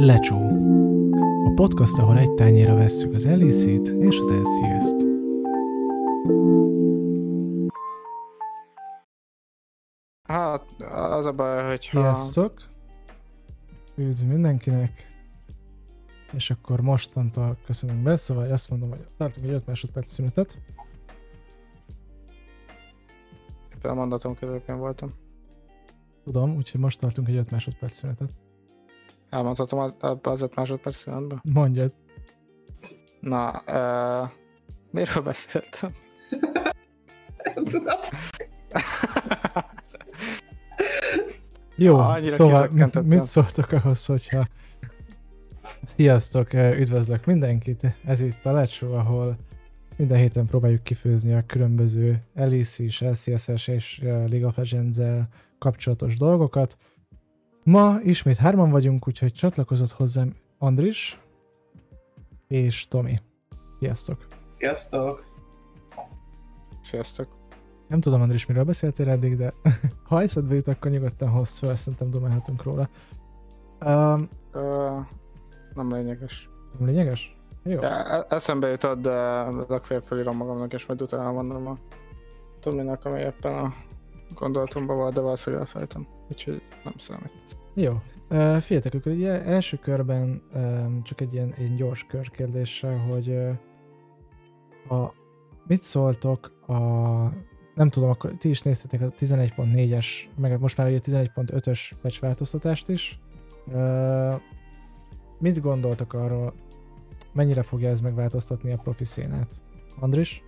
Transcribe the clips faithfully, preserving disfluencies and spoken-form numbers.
Lecsó. A podcast, ahol egy tányérra vesszük az el é cét és az el cé es-t. Hát, az a baj, hogyha... Sziasztok! Üdv mindenkinek! És akkor mostantól köszönünk be, szóval azt mondom, hogy tartunk egy öt másodperc szünetet. Éppen a mondatom közepén voltam. Tudom, úgyhogy most tartunk egy öt másodperc szünetet. Elmondhatom abba az öt másodperc szünetbe? Mondjad. Na, uh, miről beszéltem? Nem tudom. Jó, ah, szóval mit szóltok ahhoz, hogyha... Sziasztok, üdvözlök mindenkit! Ez itt a Lecsó, ahol minden héten próbáljuk kifőzni a különböző el é cés, el cé es-es és League of Legends-el kapcsolatos dolgokat. Ma ismét hárman vagyunk, úgyhogy csatlakozott hozzám Andris és Tomi. Sziasztok! Sziasztok! Sziasztok! Nem tudom, Andris, miről beszéltél eddig, de ha eszedbe jut, akkor nyugodtan hozz fel, szerintem domálhatunk róla. Um, uh, nem lényeges. Nem lényeges? Jó. Ja, eszembe jutott, de legfeljebb felírom magamnak, és majd utána mondom a Tominak, ami éppen a gondolatomban volt, de valószínűleg elfelejtem. Úgyhogy nem számít. Jó. Uh, figyeljetek, akkor ugye első körben um, csak egy ilyen, egy gyors körkérdéssel, hogy uh, a, mit szóltok a... Nem tudom, akkor ti is néztetek a tizenegy pont négyes, meg most már ugye a tizenegy pont ötös patch változtatást is. Uh, mit gondoltak arról, mennyire fogja ez megváltoztatni a profi szénát? Andris?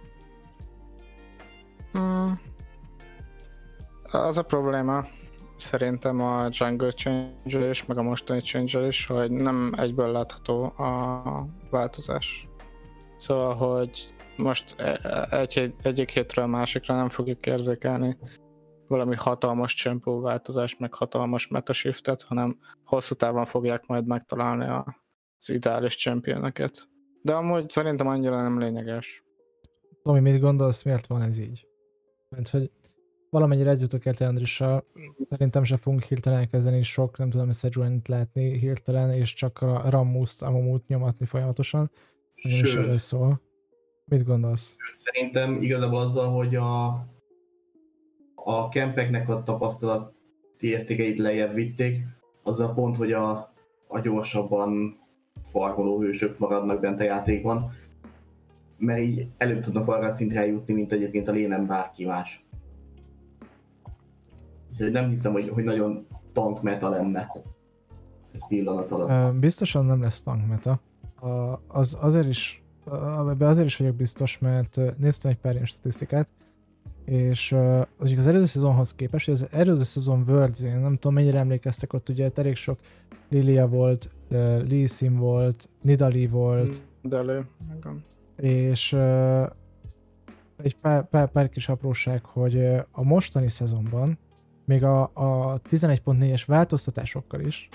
Hmm. Az a probléma szerintem a jungle change is, meg a mostani change is, hogy nem egyből látható a változás. Szóval, hogy most egy, egy, egyik hétről a másikra nem fogjuk érzékelni valami hatalmas csempó változást, meg hatalmas metashiftet, hanem hosszú távon fogják majd megtalálni az ideális championöket. De amúgy szerintem annyira nem lényeges. Tomi, mit gondolsz, miért van ez így? Mert hogy valamennyire együtt érte Andrissal, szerintem se fogunk hirtelen elkezdeni sok, nem tudom, Sejuani-t látni hirtelen, és csak a Rammuszt, Amumut nyomatni folyamatosan. Sőt, szól. Mit gondolsz? Szerintem igazából azzal, hogy a, a kempeknek a tapasztalati értékeit lejjebb vitték, az a pont, hogy a, a gyorsabban farmoló hősök maradnak bent a játékban, mert így előbb tudnak arra a szintre eljutni, mint egyébként a lénem bárki más. Úgyhogy nem hiszem, hogy, hogy nagyon tank meta lenne egy pillanat alatt. Biztosan nem lesz tank meta. Az, azért is Ebben azért is vagyok biztos, mert néztem egy pár ilyen statisztikát, és uh, az előző szezonhoz képest, hogy az előző szezon Worlds-én, nem tudom mennyire emlékeztek, ott ugye elég sok Lilia volt, uh, Lee Sin volt, Nidalee volt, Dele, és uh, egy pár, pár, pár kis apróság, hogy uh, a mostani szezonban, még a, a tizenegy pont négyes változtatásokkal is,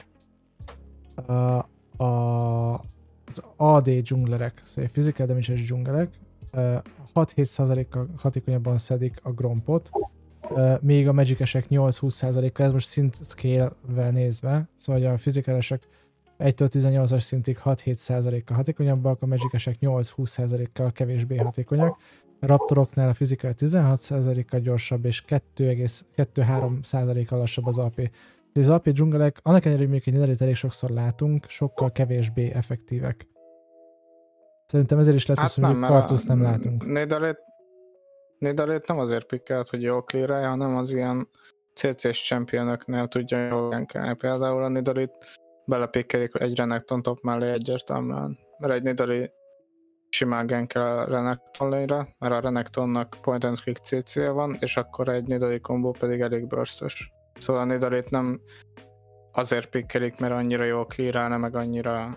uh, a az á dé dzsunglerek, szóval a physical damage-es dzsungelek hat-hét százalékkal hatékonyabban szedik a grompot, még a magicesek nyolc-húsz százalékkal, ez most szint scale-vel nézve, szóval a physicalesek egytől tizennyolcas szintig hat-hét százalékkal hatékonyabbak, a magicesek nyolc-húsz százalékkal kevésbé hatékonyak, a raptoroknál a physical tizenhat százalékkal gyorsabb, és kettő egész kettő-három százalékkal lassabb az á pé. Az á pé dzsungelek, annak ellenére, hogy még egy Nidalee-t elég sokszor látunk, sokkal kevésbé effektívek. Szerintem ezért is lehet hát az, hogy Karthust nem látunk. Nidalee-t nem azért pikkelt, hogy jól clear-elje, hanem az ilyen cé cés championöknél tudja jól gankelni. Például a Nidalee-t belepikkelik egy Renekton top mellé egyértelműen. Mert egy Nidalee simán gankel a Renekton lane-re, mert a Renektonnak point and click cé cé-je van, és akkor egy Nidalee kombó pedig elég burst-ös. Szóval a Nidalee-t nem azért pikkelik, mert annyira jól clear-elne, meg annyira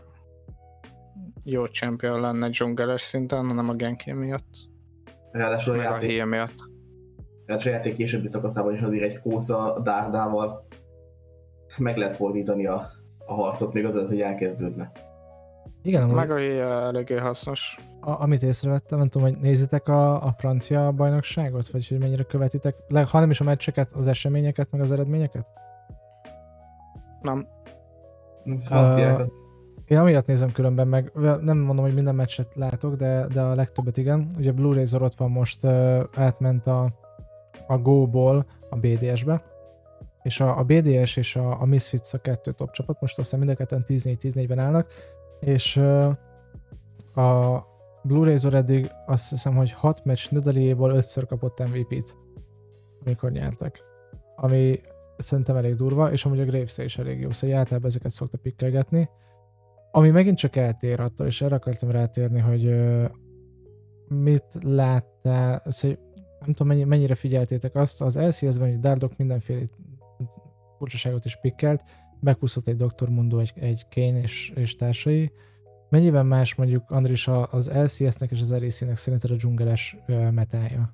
jó champion lenne dzsungeles szinten, hanem a gankje miatt. Ráadásul a játék, a híja miatt. Ráadásul a játék későbbi szakaszában is azért egy kósza dárdával meg lehet fordítani a, a harcot, még az, hogy elkezdődne. Igen, meg a híja eléggé hasznos. A, amit észrevettem, nem tudom, hogy nézitek a, a francia bajnokságot, vagy hogy mennyire követitek, ha nem is a meccseket, az eseményeket, meg az eredményeket? Nem. Franciákat. Uh, én amiatt nézem különben meg, nem mondom, hogy minden meccset látok, de, de a legtöbbet igen. Ugye Blue Razor ott van most, uh, átment a, a Go-ból a bé dé es-be, és a, a bé dé es és a, a Misfits a kettő top csapat, most azt hiszem mind a ketten tíz-négy tíz-négyben állnak, és uh, a Blue Razor eddig azt hiszem, hogy hat meccs Nidaliéból ötször kapott em vé pét, amikor nyertek. Ami szerintem elég durva, és amúgy a Graves is elég jó, szóval általában ezeket szokta pikkelgetni. Ami megint csak eltér attól, és erre akartam rátérni, hogy uh, mit láttál, szóval nem tudom mennyi, mennyire figyeltétek azt, az el cé es-ben, hogy Dardok mindenféle furcsaságot is pikkelt, megúszott egy doktor Mundo, egy, egy Kane és, és társai. Mennyiben más mondjuk, Andris, az el cé es-nek és az el é cé-nek szerinted a dzsungeles uh, metája?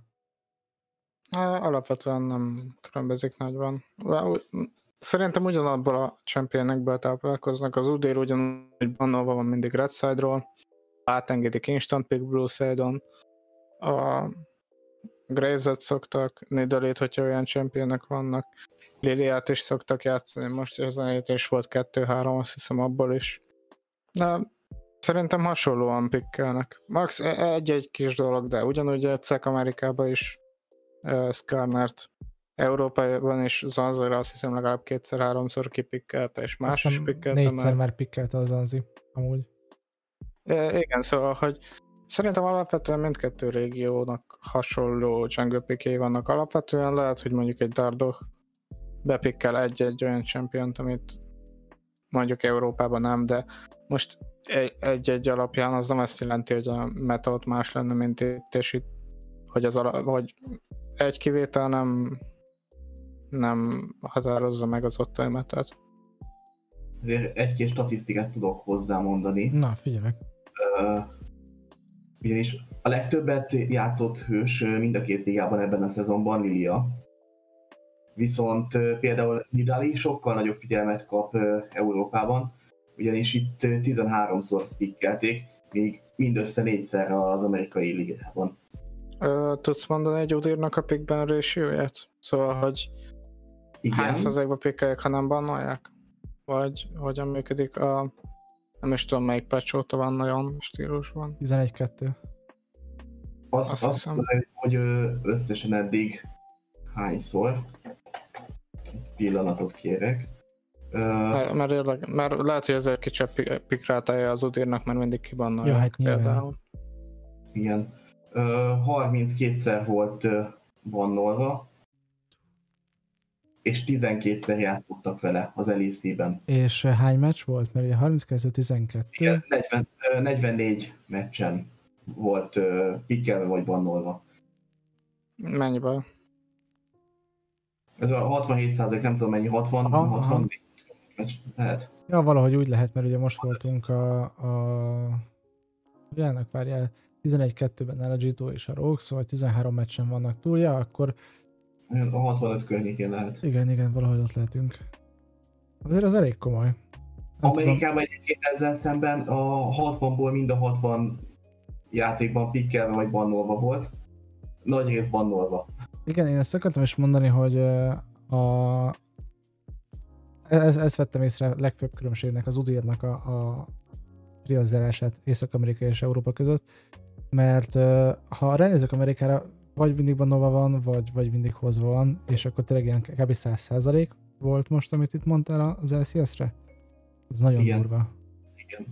Alapvetően nem különbözik nagyban. Szerintem ugyanabból a championekből táplálkoznak. Az Udyr ugyanúgy bannolva van mindig Red Side-ról, átengedik Instant Pick Blue Side-on. A Graves-et szoktak, Nidalee-t, hogyha olyan championok vannak. Liliát is szoktak játszani, most ezen is volt kettő-három, azt hiszem abból is. De szerintem hasonlóan pikkelnek. Max egy-egy kis dolog, de ugyanúgy egyszer Amerikában is uh, Skarnert, Európában is Zanzira azt hiszem legalább kétszer-háromszor kipikkelte, és más is pikkelte. Négyszer már, már pikkelte a Zanzi, amúgy. E, igen, szóval, hogy szerintem alapvetően mindkettő régiónak hasonló jungle pickjei vannak. Alapvetően lehet, hogy mondjuk egy Dardok bepikkel egy-egy olyan championt, amit mondjuk Európában nem, de most egy-egy alapján az nem ezt jelenti, hogy a meta ott más lenne, mint itt, és itt, hogy, az ala, hogy egy kivétel nem, nem határozza meg az ottani metát. Azért egy-két statisztikát tudok hozzámondani. Na, figyelek. Uh, ugyanis a legtöbbet játszott hős mind a két ligában ebben a szezonban Lilia. Viszont uh, például Nidalee sokkal nagyobb figyelmet kap uh, Európában, ugyanis itt tizenháromszor pikkelték, míg mindössze négyszer az amerikai ligában. Uh, tudsz mondani egy Udyrnak a pickben ratio-ját? Szóval, hogy igen. Hány százalékban pikkeljek, ha nem bannolják? Vagy hogyan működik a... Nem is tudom, melyik patch óta van nagyon stílusban. tizenegy kettő. Azt, azt, azt mondani, hogy összesen eddig hányszor? Egy pillanatot kérek. Uh, mert, érlek, mert lehet, hogy ezért kicsit pikrátája az Udyrnak, mert mindig kibannolják, ja, hát például. Igen. Uh, harminckétszer volt uh, bannolva, és tizenkétszer játszottak vele az el é cé-ben. És uh, hány meccs volt? Mert ugye harminckettő tizenkettő. Igen, negyven, uh, negyvennégy meccsen volt uh, pikkelve vagy bannolva. Mennyiből? Ez a hatvanhét százalék, nem tudom mennyi, hatvan, aha, hatvan aha. meccs lehet. Ja, valahogy úgy lehet, mert ugye most voltunk a... a... Ugye ennek várjál, tizenegy kettőben áll a gé té o és a Rogue, szóval tizenhárom meccsen vannak túl, ja, akkor... A hatvanöt környékén lehet. Igen, igen, valahogy ott lehetünk. Azért az elég komoly. Nem Amerikában tudom. egyébként ezzel szemben a hatvanból mind a hatvan játékban pikkelve vagy bannolva volt. Nagy rész bannolva. Igen, én ezt akartam is mondani, hogy a... Ez, ezt vettem észre a legfőbb különbségnek az Udyrnak a, a triazálását Észak-Amerika és Európa között, mert ha ránézek Amerikára, vagy mindig bannolva van, vagy, vagy mindig hozva van, és akkor tényleg ilyen kb. száz százalék volt most, amit itt mondtál az el cé es-re? Ez nagyon igen. durva. Igen.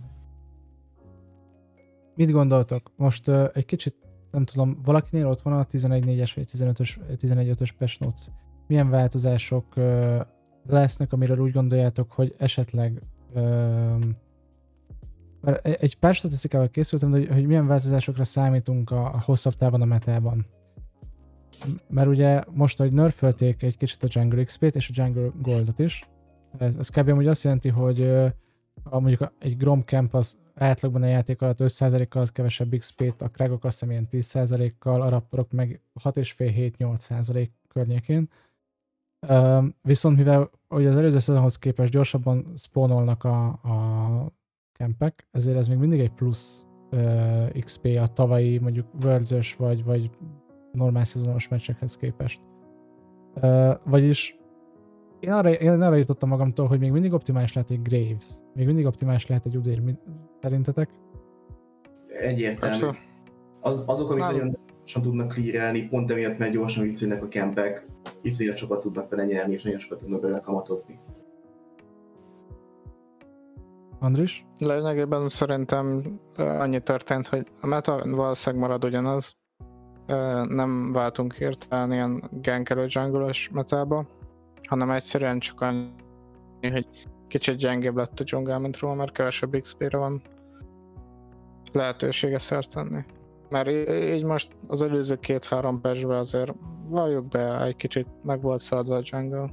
Mit gondoltok? Most uh, egy kicsit, nem tudom, valakinél ott van a tizenegy négyes vagy tizenötös, tizenegy ötös patch notes. Milyen változások uh, lesznek, amiről úgy gondoljátok, hogy esetleg uh, mert egy pár statisztikával készültem, de hogy, hogy milyen változásokra számítunk a, a hosszabb távon a metában. Mert ugye most, hogy nerfölték egy kicsit a Jungle iksz pét és a Jungle Goldot is, ez, ez kb. Amúgy azt jelenti, hogy a, mondjuk egy Grom Camp az átlagban a játék alatt öt százalékkal kevesebb iksz pét, a Kragok azt hiszem ilyen tíz százalékkal, a Raptorok meg hat egész öt hét nyolc százalék környékén. Uh, viszont mivel hogy az előző szezonhoz képest gyorsabban spawnolnak a, a campek, ezért ez még mindig egy plusz uh, iksz pé a tavalyi mondjuk Worlds-ös vagy, vagy normál szezonos meccsekhez képest. Uh, vagyis Én arra, én arra jutottam magamtól, hogy még mindig optimális lehet egy Graves. Még mindig optimális lehet egy Udyr. Szerintetek? Egyértelmű. Az, azok, amik Nem. nagyon gyorsan tudnak clearelni, pont emiatt, mert gyorsan visszajönnek a kempek, iszonyat sokat tudnak vele nyerni, és nagyon sokat tudnak vele kamatozni. Andris? Lényegében szerintem uh, annyi történt, hogy a meta valószínűleg marad ugyanaz. Uh, nem váltunk hirtelen ilyen gankelő jungle-ös metába, hanem egyszerűen csak annyi, hogy kicsit gyengébb lett a jungle, mint róla, mert kevesebb iksz pére van lehetősége szert tenni. Mert í- így most az előző két-három percben azért valljuk be, egy kicsit meg volt szaladva a jungle.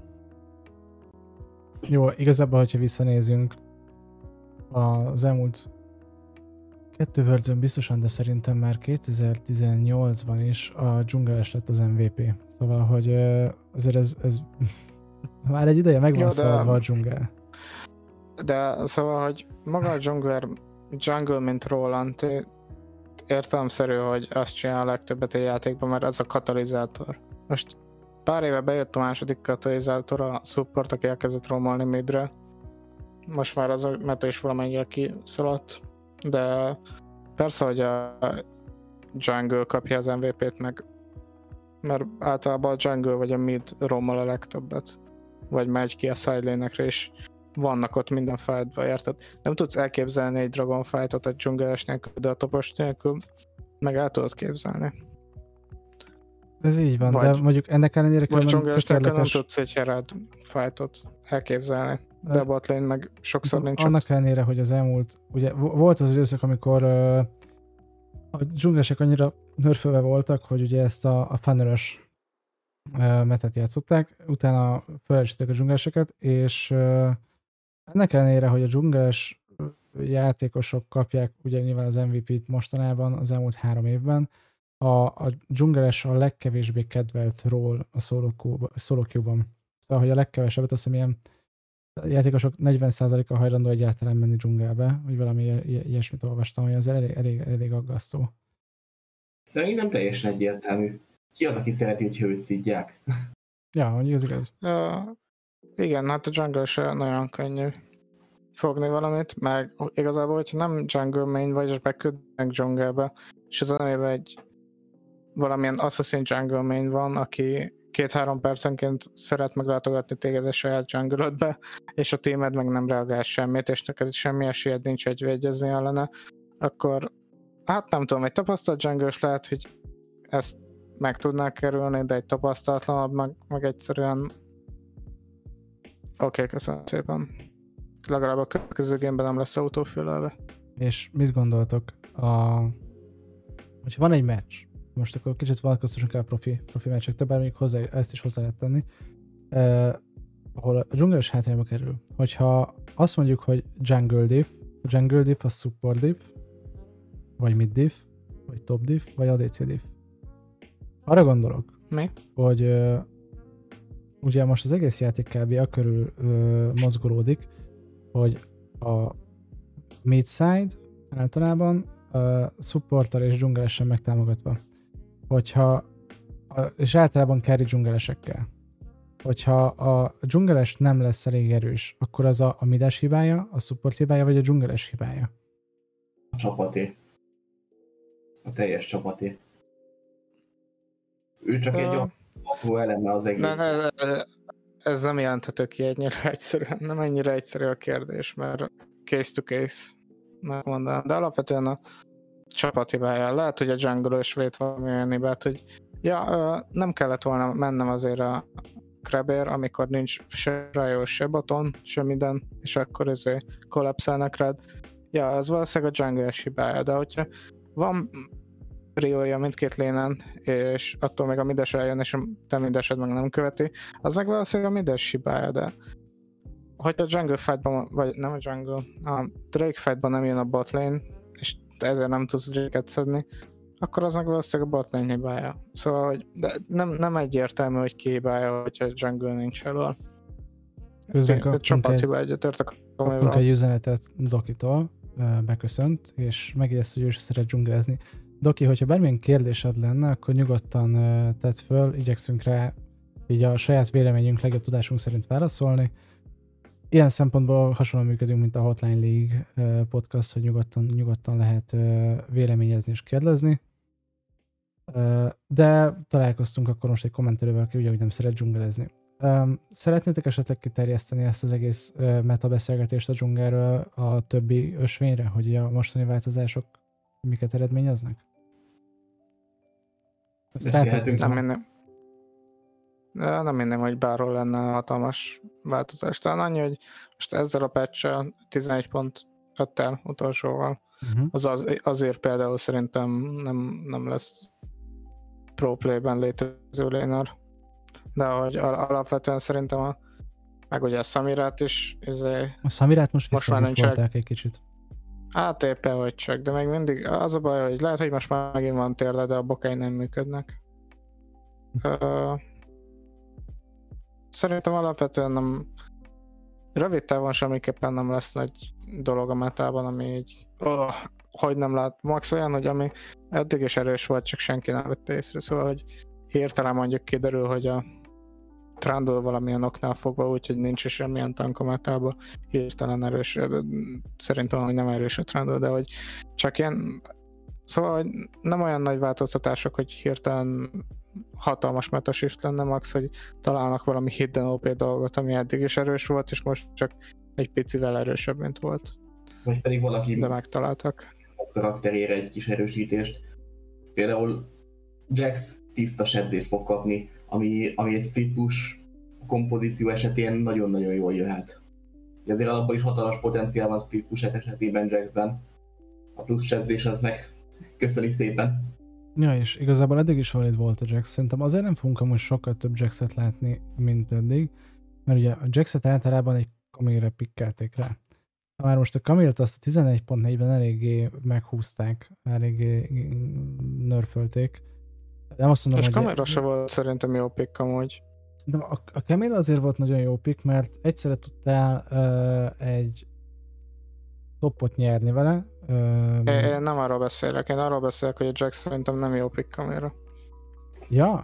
Jó, igazából, hogyha visszanézünk az elmúlt kettő Worlds-ön biztosan, de szerintem már kétezer-tizennyolcban is a dzsungeles lett az em vé pé. Szóval, hogy ö, azért ez, ez már egy ideje meg van Jó, de- szaladva a dzsungel. De szóval, hogy maga a jungler, jungle, mint Roland, é- értelemszerű, hogy azt csinál a legtöbbet a játékban, mert ez a katalizátor. Most pár éve bejött a második katalizátor, a support, aki elkezdett romolni midre. Most már az a meta is valamennyire kiszaladt, de persze, hogy a jungle kapja az em vé pét meg, mert általában a jungle vagy a mid romol a legtöbbet, vagy megy ki a sidelane-ekre, és vannak ott minden fightban, érted? Nem tudsz elképzelni egy dragon fightot a dzsungeles nélkül, de a topos nélkül meg el tudod képzelni. Ez így van, Vagy- de mondjuk ennek ellenére Vagy különben dzsungeles tök nélkül nem érdekes. tudsz egy Herald fightot elképzelni, de a botlane meg sokszor nincs ott. Annak ellenére, hogy az elmúlt, ugye vo- volt az időszak, amikor uh, a dzsungelesek annyira nörfölve voltak, hogy ugye ezt a, a funnerös uh, metet játszották, utána felerősítették a dzsungeleseket, és uh, ennek ellenére, hogy a dzsungeles játékosok kapják ugye nyilván az em vé pét mostanában, az elmúlt három évben, a, a dzsungeles a legkevésbé kedvelt role a solo queue-ban. Szóval, hogy a legkevesebbet, azt hiszem ilyen játékosok negyven százaléka hajlandó egyáltalán menni dzsungelbe, vagy valami i- i- ilyesmit olvastam, hogy az elég, elég, elég aggasztó. Szerintem teljesen egyértelmű. Ki az, aki szereti, hogy őt szidják? Ja, hogy igaz, igaz. Uh, igen, hát a jungle se nagyon könnyű fogni valamit, meg igazából, hogyha nem jungle main vagy, és beküldnek junglebe, és az enemében egy valamilyen assassin jungle main van, aki két-három percenként szeret meglátogatni téged a saját jungle-ödbe, és a teamed meg nem reagál semmit, és neked semmi esélyed nincs, hogy védjezni ellene, akkor hát nem tudom, egy tapasztalt jungle-s lehet, hogy ezt meg tudnák kerülni, de egy tapasztalatlanabb meg, meg egyszerűen oké, okay, köszönöm szépen. Legalább a következő gameben nem lesz autófülelve. És mit gondoltok? A... Hogyha van egy meccs, most akkor kicsit vonatkoztassunk el a profi, profi meccsektől, bár még hozzá, ezt is hozzá lehet tenni, eh, ahol a dzsungeles hátrányba kerül. Hogyha azt mondjuk, hogy jungle diff, a jungle diff az support diff, vagy mid diff, vagy top diff, vagy á dé cé diff. Arra gondolok, Mi? hogy uh, ugye most az egész játék kb. A körül uh, mozgolódik, hogy a mid side általában uh, supporttal és dzsungelesen megtámogatva. Hogyha, a, és általában carry dzsungelesekkel. Hogyha a dzsungeles nem lesz elég erős, akkor az a, a mides hibája, a support hibája, vagy a dzsungeles hibája? A csapaté. A teljes csapaté. Ő csak Ö, egy apró eleme az egész. Ne, ne, ne, ez nem jelenthető ki ennyire egyszerűen, nem ennyire egyszerű a kérdés, mert case to case megmondanám, de alapvetően a csapat hibája. Lehet, hogy a jungle-ös vét valami olyan hibát, hogy ja, nem kellett volna mennem azért a Krabér, amikor nincs se Ryo, se baton, se minden, és akkor ezért kollapszelnek rád. Ja, az valószínűleg a jungle-es hibája, de hogyha van priorja mindkét lénen, és attól még a mides eljön, és a te midesed meg nem követi, az meg valószínűleg a mides hibája, de hogyha a jungle fightban, vagy nem a jungle, a Drake fightban nem jön a botlane, és te ezért nem tudsz Drake-et szedni, akkor az meg valószínűleg a botlane hibája. Szóval, hogy de nem, nem egyértelmű, hogy ki hibája, hogyha a jungle nincs elől. Közben A kaptunk csapat egy, hiba egyetértek. kaptunk egy üzenetet Dokitól, beköszönt, és megjegyezte, hogy ő is szeret dzsungelezni. Doki, hogyha bármilyen kérdésed lenne, akkor nyugodtan uh, tedd föl, igyekszünk rá így a saját véleményünk, legjobb tudásunk szerint válaszolni. Ilyen szempontból hasonlóan működünk, mint a Hotline League podcast, hogy nyugodtan, nyugodtan lehet véleményezni és kérdezni. De találkoztunk akkor most egy kommentelővel, aki ugye nem szeret dzsungelezni. Szeretnétek esetleg kiterjeszteni ezt az egész metabeszélgetést a dzsungelről a többi ösvényre, hogy a mostani változások miket eredményeznek? Nem minden, nem minden, hogy bárhol lenne hatalmas változás. Talán annyi, hogy most ezzel a patch-el tizenegy pont öttel utolsóval, uh-huh. az, az azért például szerintem nem, nem lesz pro play-ben létező laner. De hogy alapvetően szerintem a, meg ugye a Samirát is izé, a Samirát most visszavolták egy kicsit. Hát éppen hogy csak, de még mindig az a baj, hogy lehet, hogy most már megint van térde, de a bokai nem működnek. Uh, szerintem alapvetően nem, rövid távon semmiképpen nem lesz nagy dolog a metában, ami így, oh, hogy nem lát, max olyan, hogy ami eddig is erős volt, csak senki nem vette észre, szóval, hogy hirtelen mondjuk kiderül, hogy a Trundle valamilyen oknál fogva, úgyhogy nincs is semmilyen tank a metában, hirtelen erős, szerintem, hogy nem erős a Trundle, de hogy csak ilyen, szóval, hogy nem olyan nagy változtatások, hogy hirtelen hatalmas metashift lenne max, hogy találnak valami hidden o pé dolgot, ami eddig is erős volt, és most csak egy picivel erősebb, mint volt. Vagy pedig valaki de megtaláltak. A karakterére egy kis erősítést. Például Jax tiszta sebzést fog kapni, ami, ami egy split push kompozíció esetén nagyon-nagyon jól jöhet. Ezért alapból is hatalmas potenciál van split push esetében Jaxben. A plusz sebzés az meg köszöni szépen. Ja, és igazából eddig is valid volt a Jax. Szerintem azért nem fogunk amúgy sokkal több Jaxet látni, mint eddig, mert ugye a Jaxet általában egy Camille-re pikkelték rá. Már most a Camille-t azt a tizenegy pont négyben eléggé meghúzták, eléggé nerfölték. Nem azt mondom, és hogy... És Camille se volt szerintem jó pick amúgy. Szerintem a, a Camille azért volt nagyon jó pick, mert egyszerre tudtál uh, egy topot nyerni vele. Uh, é, én nem arról beszélek, én arról beszélek, hogy a Jax szerintem nem jó pick Camille-ra. Ja?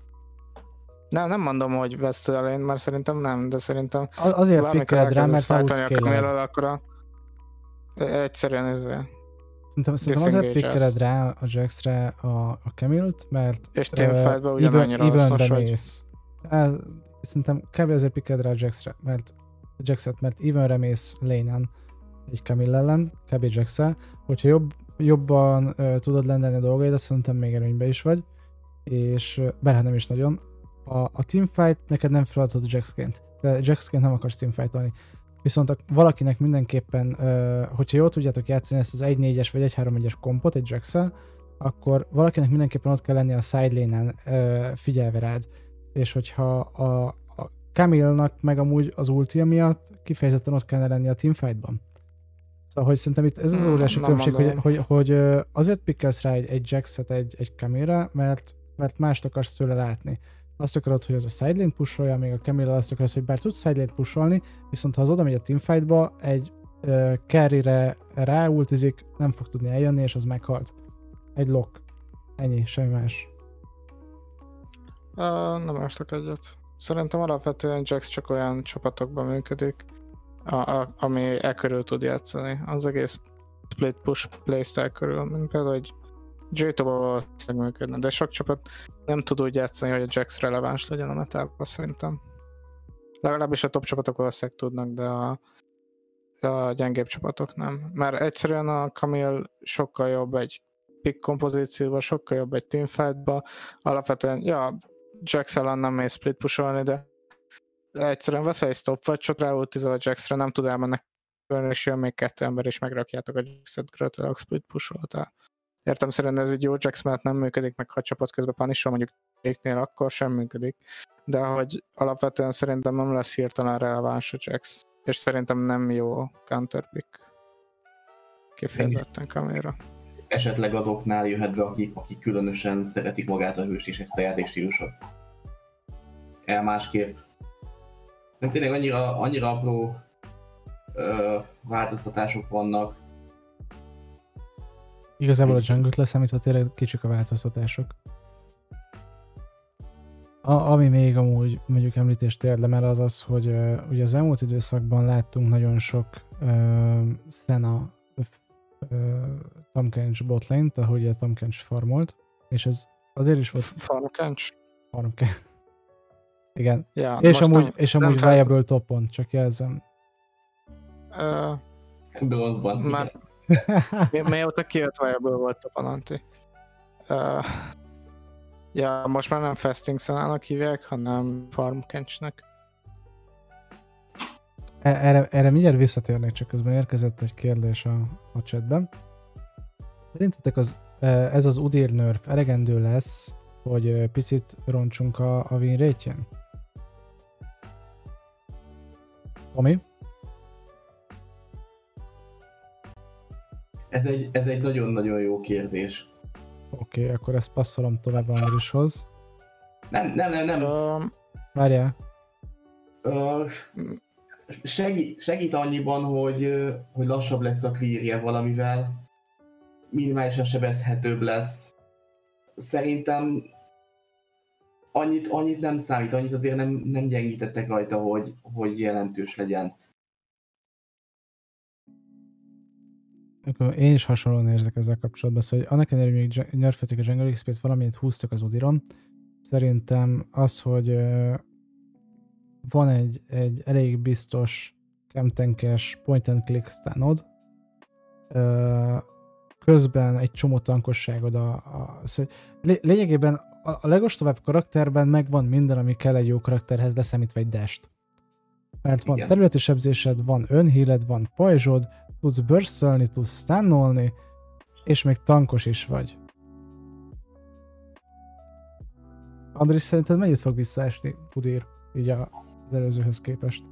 Nem, nem mondom, hogy vesztő elején, mert szerintem nem, de szerintem az, azért pikkeled rá, mert outscale-el. Akkor a... egyszerűen ezzel. Szerintem, szerintem azért pikkeled rá a Jaxre a, a Camille-t, mert és teamfightban uh, ugyanannyira hasznos vagy. El, szerintem kb. Azért pikkeled rá a Jaxre, mert a Jaxet, mert evenre mész lane-en egy Camille ellen, kb. Jax-el, hogyha jobb, jobban uh, tudod lendelni a dolgaidat, szerintem még előnybe is vagy, és uh, bár nem is nagyon. A, a teamfight neked nem feladatod Jaxként, de Jaxként nem akarsz teamfightolni. Viszont a, valakinek mindenképpen, uh, hogyha jól tudjátok játszani ezt az egy négyes vagy egy három egyes kompot egy Jax-el, akkor valakinek mindenképpen ott kell lenni a side lane-en uh, figyelve rád. És hogyha a, a Camille-nak meg amúgy az ultia miatt kifejezetten ott kellene lenni a teamfightban. Szóval, hogy szerintem itt ez az óriási különbség, hogy, hogy, hogy azért pikkelsz rá egy, egy Jax-et egy, egy Camille-re, mert, mert mást akarsz tőle látni. Azt akarod, hogy az a sidelane pusolja, még a Camille azt akarod, hogy bár tudsz sidelane pusolni, viszont ha az oda megy a teamfightba, egy uh, carry-re ráultizik, nem fog tudni eljönni, és az meghalt. Egy lock. Ennyi, semmi más. Uh, nem estek egyet. Szerintem alapvetően Jax csak olyan csapatokban működik, a, a, ami e körül tud játszani. Az egész split push playstyle körül, mint például egy J-Toba valószínűleg működne, de sok csapat nem tud úgy játszani, hogy a Jax releváns legyen a metában szerintem. Legalábbis a top csapatok valószínűleg tudnak, de a, a gyengébb csapatok nem. Mert egyszerűen a Camille sokkal jobb egy pick kompozícióban, sokkal jobb egy teamfightba. Alapvetően, ja, Jax ellen nem mész split pusolni, de egyszerűen veszel egy stopwatch-ot, ráultizel a Jaxre, nem tud elmenni, és jön még kettő ember, és megrakjátok a Jax-et, gratulálok, split pusoltál. Értem szerint ez egy jó Jax, mert nem működik, meg ha a csapat közben punisol, mondjuk Téknél, akkor sem működik. De hogy alapvetően szerintem nem lesz hirtelen releváns a Jax, és szerintem nem jó counterpick kifejezetten Camille-ra. Esetleg azoknál jöhet be, akik, akik különösen szeretik magát a hőst és ezt a játékstílusot. El másképp. Nem tényleg annyira, annyira apró ö, változtatások vannak. Igazából a jungle-t leszámítva tényleg kicsik a változtatások. A, ami még amúgy mondjuk említést érdemel az az, hogy uh, ugye az elmúlt időszakban láttunk nagyon sok uh, Senna uh, Tahm Kench botlane-t, ahogy a Tahm Kench farmolt, és ez azért is volt... Farmkench? Farmkench. Igen. Ja, és amúgy, nem, és amúgy fel... viable topon, csak jelzem. Uh, Bronzban. már mi, mióta kijött viable volt topon, Anti? Uh, ja, most már nem Fasting Sennának hívják, hanem Farmkenchnek. Erre, erre mindjárt visszatérnék, csak közben érkezett egy kérdés a, a chatben. Szerintetek az, ez az Udyr nerf elegendő lesz, hogy picit roncsunk a, a win rate-jén? Tomi? Ez egy, ez egy nagyon-nagyon jó kérdés. Oké, okay, akkor ezt passzolom tovább Andrishoz. Nem, nem, nem, nem. Um, Várjál. Uh, segít, segít annyiban, hogy, hogy lassabb lesz a clearje valamivel. Minimálisan sebezhetőbb lesz. Szerintem annyit, annyit nem számít, annyit azért nem, nem gyengítettek rajta, hogy, hogy jelentős legyen. Én is hasonlóan érzek ezzel kapcsolatban, szóval annak ellenére, hogy még nerfetik a Jungle iksz pét, valamit húztak az Udyron. Szerintem az, hogy uh, van egy, egy elég biztos camtankes point and click stánod, uh, közben egy csomó tankosságod a, a szóval lényegében a, a legostobább karakterben megvan minden, ami kell egy jó karakterhez, leszámítva egy dash-t. Mert van területi sebzésed, van önhíled, van pajzsod, tudsz burstölni, tudsz stunnolni, és még tankos is vagy. Andris, szerinted mennyit fog visszaesni Udyr, így az előzőhöz képest?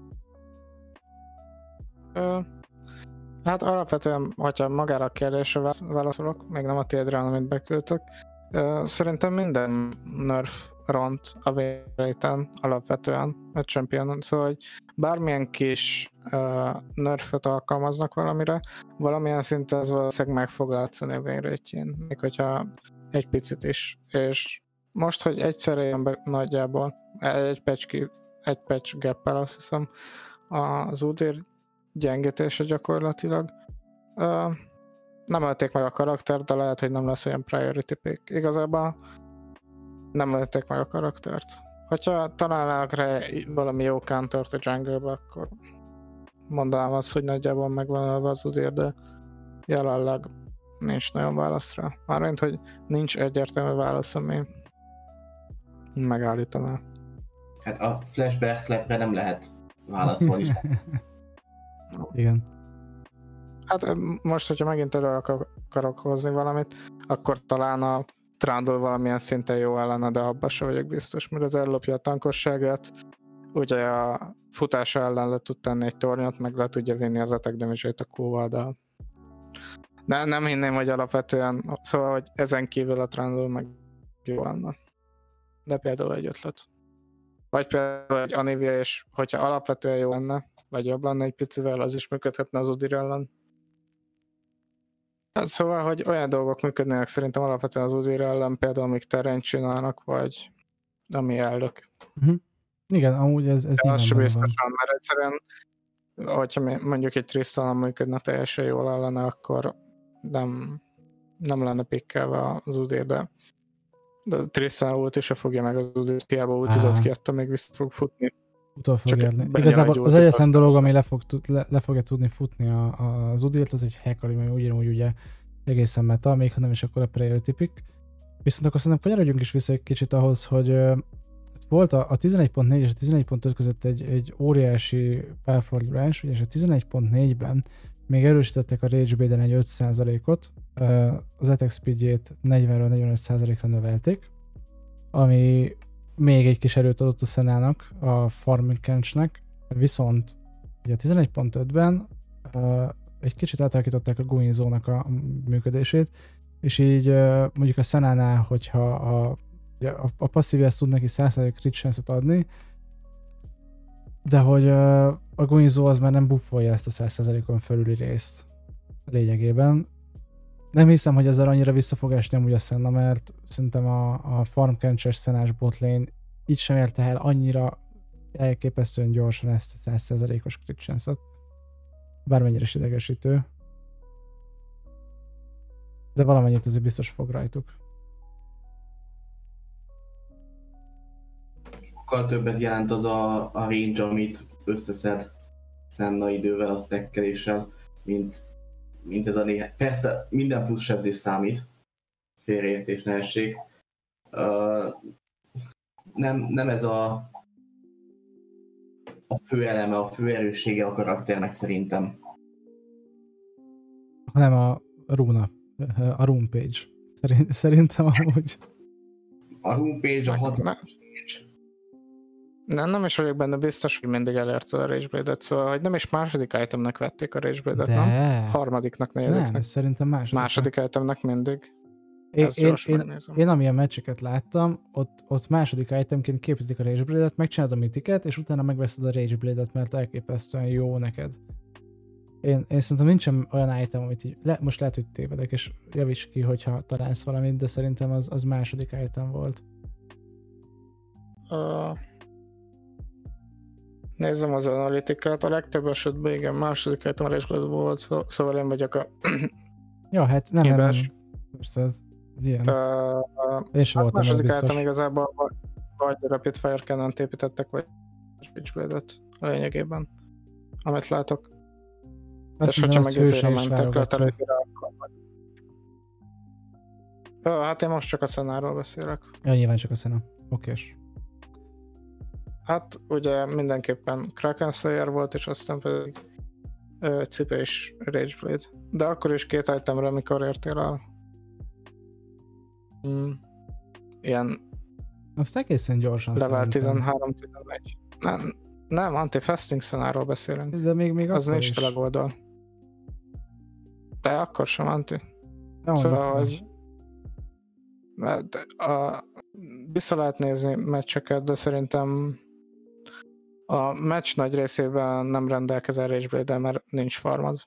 Ö, hát alapvetően, hogyha magára a kérdésre válaszolok, még nem a tiédre, amit beküldtök, ö, szerintem minden nerf ront a véréten alapvetően a championon, szóval hogy bármilyen kis uh, nerföt alkalmaznak valamire, valamilyen szinten ez valószínűleg meg fog látszani a vérétjén, még hogyha egy picit is, és most, hogy egyszerre jön be nagyjából egy patch, ki, egy patch gap-el, azt hiszem, az Udyr gyengítése gyakorlatilag. Uh, nem ölték meg a karaktert, de lehet, hogy nem lesz olyan priority pick. Igazából nem ölték meg a karaktert. Hogyha találnának rá valami jó countert a jungle-be, akkor mondanám azt, hogy nagyjából megvan ölve az Udyr, de jelenleg nincs nagyon válasz rá. Mármint, hogy nincs egyértelmű válasz, ami megállítaná. Hát a flashback slapre nem lehet válaszolni. Igen. Hát most, hogyha megint elő akarok hozni valamit, akkor talán a Trundle valamilyen szinten jó ellene, de abban sem vagyok biztos, mert az ellopja a tankosságát, ugye a futása ellen le tud tenni egy tornyot, meg le tudja vinni az attack damage-ét a Q-val, de ne, nem hinném, hogy alapvetően, szóval, hogy ezen kívül a Trundle meg jó lenne. De például egy ötlet. Vagy például egy Anivia, és hogyha alapvetően jó lenne, vagy jobb lenne egy picivel, az is működhetne az Udyr ellen. Hát szóval, hogy olyan dolgok működnének szerintem alapvetően az Udyr ellen, például amik terén csinálnak, vagy ami elnök. Uh-huh. Igen, amúgy ez, ez az sem biztosan, mert egyszerűen, hogyha mondjuk egy Tristan működne teljesen jól ellene, akkor nem, nem lenne pikkelve az Udyr, de, de Tristan ulti se fogja meg az Udyr, hiába ultizott ki, attól még vissza fog futni. Utol fog érni. Igazából az egyetlen dolog, ami le, fog, le, le fogja tudni futni a, a, az Udyrt, az egy hack, ami ugyanúgy ugye egészen meta, még ha nem is akkor a priority pick. Viszont akkor szerintem kanyarodjunk is vissza egy kicsit ahhoz, hogy uh, volt a, a tizenegy pont négy és a tizenegy pont öt között egy, egy óriási párfordulás, és a tizenegy pont négyben még erősítettek a Rage Baden egy öt százalékot, uh, az attack speedjét negyvenről negyvenöt százalékra növelték, ami még egy kis erőt adott a Sennának, a Farmkenchnek, viszont ugye a tizenegy pont ötben uh, egy kicsit átalakították a Guinzónak a működését, és így uh, mondjuk a Sennánál, hogyha a, a, a passzívja ezt tud neki száz százalék crit chance-et adni, de hogy uh, a Guinzó az már nem buffolja ezt a száz százalékon felüli részt lényegében. Nem hiszem, hogy ezzel annyira vissza fog esni amúgy a Senna, mert szerintem a, a Farmkench-es Sennás botlane így sem érte el annyira elképesztően gyorsan ezt a száz százalékos crit chance-ot. Bármennyire is idegesítő. De valamennyit azért biztos fog rajtuk. Sokkal többet jelent az a, a range, amit összeszed Senna idővel, a stackeléssel, mint, mint ez a néhány. Persze minden plusz sebzés számít, félreértés ne essék. Uh, nem, nem ez a, a fő eleme, a fő erőssége a karakternek szerintem. Hanem a runa, a rune page. Szerint, szerintem amúgy. A rune page, a hatalmas page. Nem, nem is vagyok benne biztos, hogy mindig elérte a Rageblade-et, szóval hogy nem is második itemnek vették a Rageblade-et, De... nem? Harmadiknak, negyediknek. Nem, szerintem második. Második itemnek mindig. Én, Ezt én, gyors én, megnézem. én amilyen meccseket láttam, ott, ott második itemként képítik a Rageblade-et, megcsinálod a mitiket, és utána megveszed a Rageblade-et, mert elképesztően jó neked. Én, én szerintem nincsen olyan item, amit így, le, most lehet, hogy tévedek, és javíts ki, hogyha találsz valamit, de szerintem az, az második item volt. Uh, nézzem az analitikát, a legtöbb esetben igen, második item a Rageblade volt, szóval én vagyok a Ja, hát nem, nem, nem. hibás. Persze, ez ilyen. Uh, Én sem a voltam az második biztos. item igazából vagy- vagy Rapid Fire Cannon-t építettek, vagy Rageblade-et a lényegében, amit látok. Azt És hogyha mondom, meg az ezért hőse is mentek le a válogatja. területére, akkor vagy. Jó, hát én most csak a szenáról beszélek. Ja, nyilván csak a szena. Okés. Hát ugye mindenképpen Kraken Slayer volt, és aztán pedig ö, Cipe és Rageblade. De akkor is két itemre, mikor értél el. Mm. Ilyen Azt egészen gyorsan level szerintem. tizenhárom tizenegy. Nem, nem anti-fasting szenáról beszélünk. De még, még Az akkor nincs is. telegoldal. De akkor sem anti. Ja, Szóval, akkor- hogy mert a, vissza lehet nézni meccseket, de szerintem a meccs nagy részében nem rendelkezel Rageblade-del, mert nincs farmod.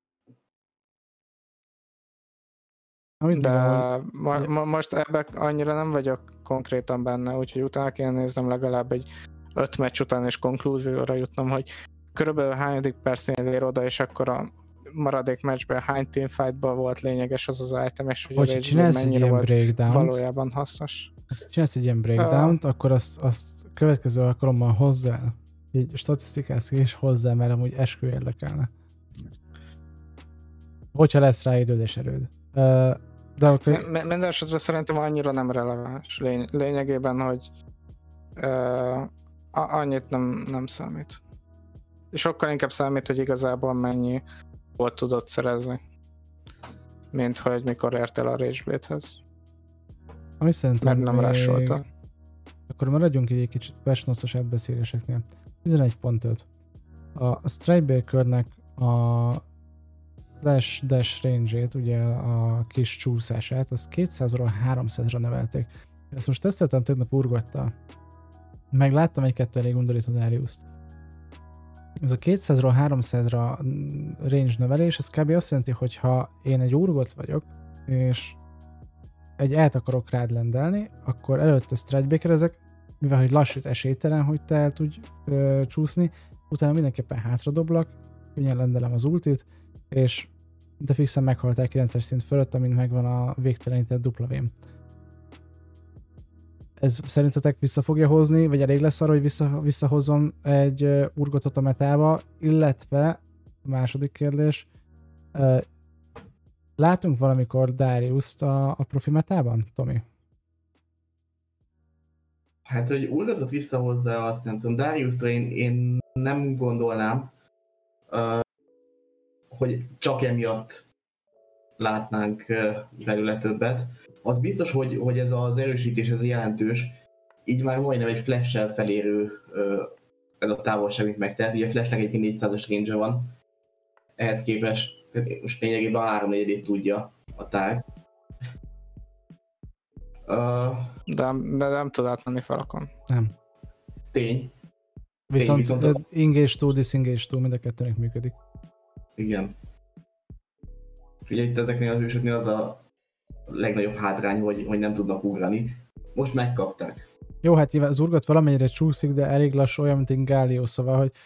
Amit De mondom, mo- mo- most ebben annyira nem vagyok konkrétan benne, úgyhogy utána kéne néznem legalább egy öt meccs után és konklúzióra jutnom, hogy körülbelül hányadik percnél ér oda, és akkor a maradék meccsben hány teamfightban volt lényeges az az item, és hogy a hogyha Rageblade csinálsz egy mennyire ilyen volt breakdown-t, valójában hasznos. ha csinálsz egy ilyen breakdown-t, akkor azt, azt következő alkalommal hozzá, így statisztikálsz ki, és hozzá, mert amúgy eskü érdekelne. Hogyha lesz rá időd és erőd. Ö, De akkor... Mi- mi- Minden esetre szerintem annyira nem releváns lény- lényegében, hogy uh, annyit nem, nem számít. És sokkal inkább számít, hogy igazából mennyi volt tudod szerezni, mint hogy mikor értél a Rageblade-hez, Ami szerintem mert nem rásolta. Akkor maradjunk így egy kicsit persnosztos átbeszéléseknél. tizenegy pont öt. A Strikebreakernek a dash, dash range-ét, ugye a kis csúszását, azt kétszázról háromszázra nevelték. Ezt most teszteltem tegnap urgottal. Meg láttam egy-kettő elég undorító Darius-t. Ez a kétszázról háromszázra range növelés, ez kb. Azt jelenti, hogy ha én egy urgot vagyok, és egy elt akarok rád lendelni, akkor előtte Strikebreaker ezek, mivel hogy lassít esélytelen, hogy te el tudj ö, csúszni, utána mindenképpen hátradoblak, könnyen lendelem az ultit, és de fixen meghaltál kilences szint fölött, amint megvan a végtelenített dupla vém. Ez szerintetek vissza fogja hozni, vagy elég lesz arra, hogy vissza, visszahozzon egy uh, urgotot a metába, illetve a második kérdés, uh, látunk valamikor Darius-t a, a profi metában, Tomi? Hát, hogy urgatot visszahozza, azt nem tudom. Dariusra én, én nem gondolnám, uh, hogy csak emiatt látnánk uh, belőle többet. Az biztos, hogy, hogy ez az erősítés ez jelentős, így már majdnem egy flash-sel felérő uh, ez a távolság, amit megtehet. Ugye Flashnek egyébként négyszázas range van, ehhez képest most lényegében a háromnegyedét tudja a tag. Uh, De, de nem tud átmenni falakon. Nem. tény, Viszont, viszont viszont a- engage to, disengage to, mind a kettőnek működik. igen. Ugye itt ezeknél a hősöknél az a legnagyobb hátrány, hogy, hogy nem tudnak ugrani. Most megkapták. Jó, hát nyilván az urgot valamennyire csúszik, de elég lassú, olyan, mint egy Galio, szóval, hogy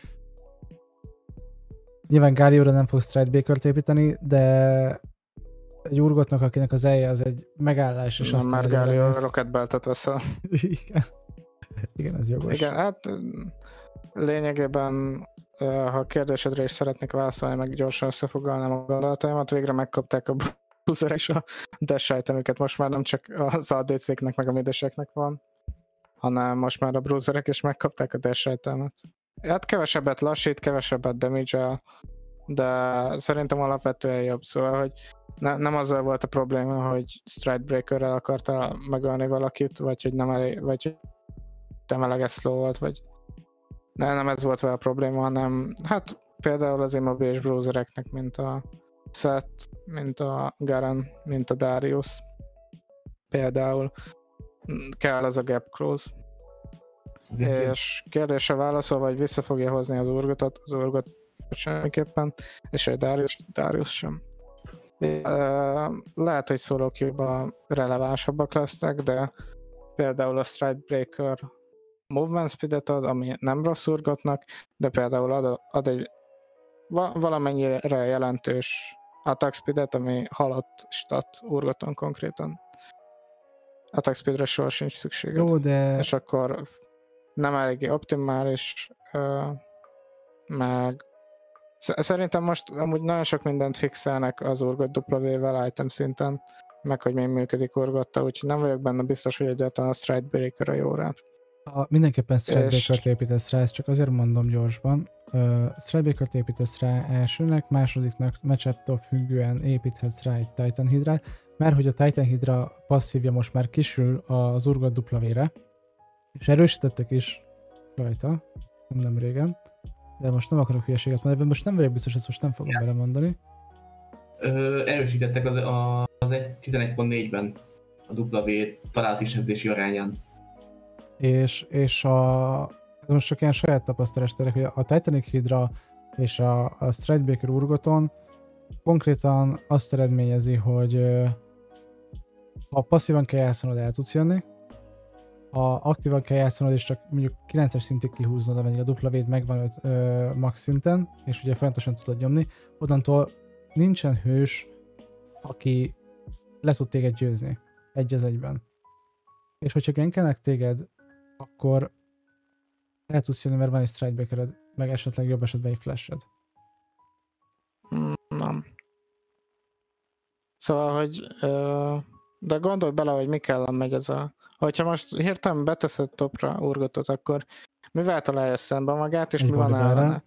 nyilván Galio-ra nem fog Stridebreaker-t építeni, de egy urgotnak, akinek az elje az egy megállás, és Nem, aztán... már Galio Rocket Beltet veszel. Igen. Igen, ez jogos. Igen, hát lényegében, ha a kérdésedre is szeretnék válaszolni, meg gyorsan összefoglalnám a gondolataimat, végre megkapták a bruiser és a dash itemüket. Most már nem csak az á dé céknek meg a mideseknek van, hanem most már a bruiserek is megkapták a dash itemet. Hát kevesebbet lassít, kevesebbet damage-el, de szerintem alapvetően jobb, szóval, hogy ne, nem azzal volt a probléma, hogy Stridebreaker-rel akarta megölni valakit, vagy hogy nem elég, vagy hogy nem eleget slow volt, vagy ne, nem ez volt vele a probléma, hanem hát például az immobilis bruisereknek, mint a Seth, mint a Garen, mint a Darius például kell az a gap close. És kérdésre válaszolva, hogy vissza fogja hozni az urgotot, az urgot semmiképpen, és egy Darius, Darius sem. Lehet, hogy Solo Cube-ban relevánsabbak lesznek, de például a Stridebreaker movement speedet ad, ami nem rossz urgotnak, de például ad, ad egy valamennyire jelentős attack speedet, ami halott stat urgoton konkrétan. Attack speedre soha sincs szükséged. Jó, de... És akkor nem eléggé optimális, meg szerintem most amúgy nagyon sok mindent fixelnek az urgot W-vel item szinten, meg hogy még működik urgotta, úgyhogy nem vagyok benne biztos, hogy egyáltalán a Stridebreaker a jó rá. A, mindenképpen Stridebreaker-t építesz rá, ezt csak azért mondom gyorsban. Uh, Stridebreaker-t építesz rá elsőnek, másodiknak matchup-tól függően építhetsz rá egy Titan Hydra, mert hogy a Titan Hydra passzívja most már kisül az urgot W-re, és erősítettek is rajta, nem régen, de most nem akarok hülyeséget mondani, most nem vagyok biztos, ezt most nem fogom belemondani. Ö, erősítettek az, a, az tizenegy pont négyben a W talált isebzési arányán. És, és a, most csak ilyen saját tapasztalás terek, hogy a Titanic Hydra és a, a Stridebreaker urgoton konkrétan azt eredményezi, hogy ha passzívan kell játszanod, el tudsz jönni, ha aktívan kell játszanod, és csak mondjuk kilences szintig kihúznod, ameddig a W-d megvan ö, max szinten, és ugye folyamatosan tudod nyomni, onnantól nincsen hős, aki le tud téged győzni egy az egyben. És hogyha gankelnek téged, akkor el tudsz jönni, mert van egy Stridebreakered, meg esetleg jobb esetben egy flashed. Nem. Szóval, hogy ö, de gondolj bele, hogy mi kell megy ez a... Hogyha most hirtelen beteszed topra urgotot, akkor mivel találja szembe magát, és egy mi van ellene?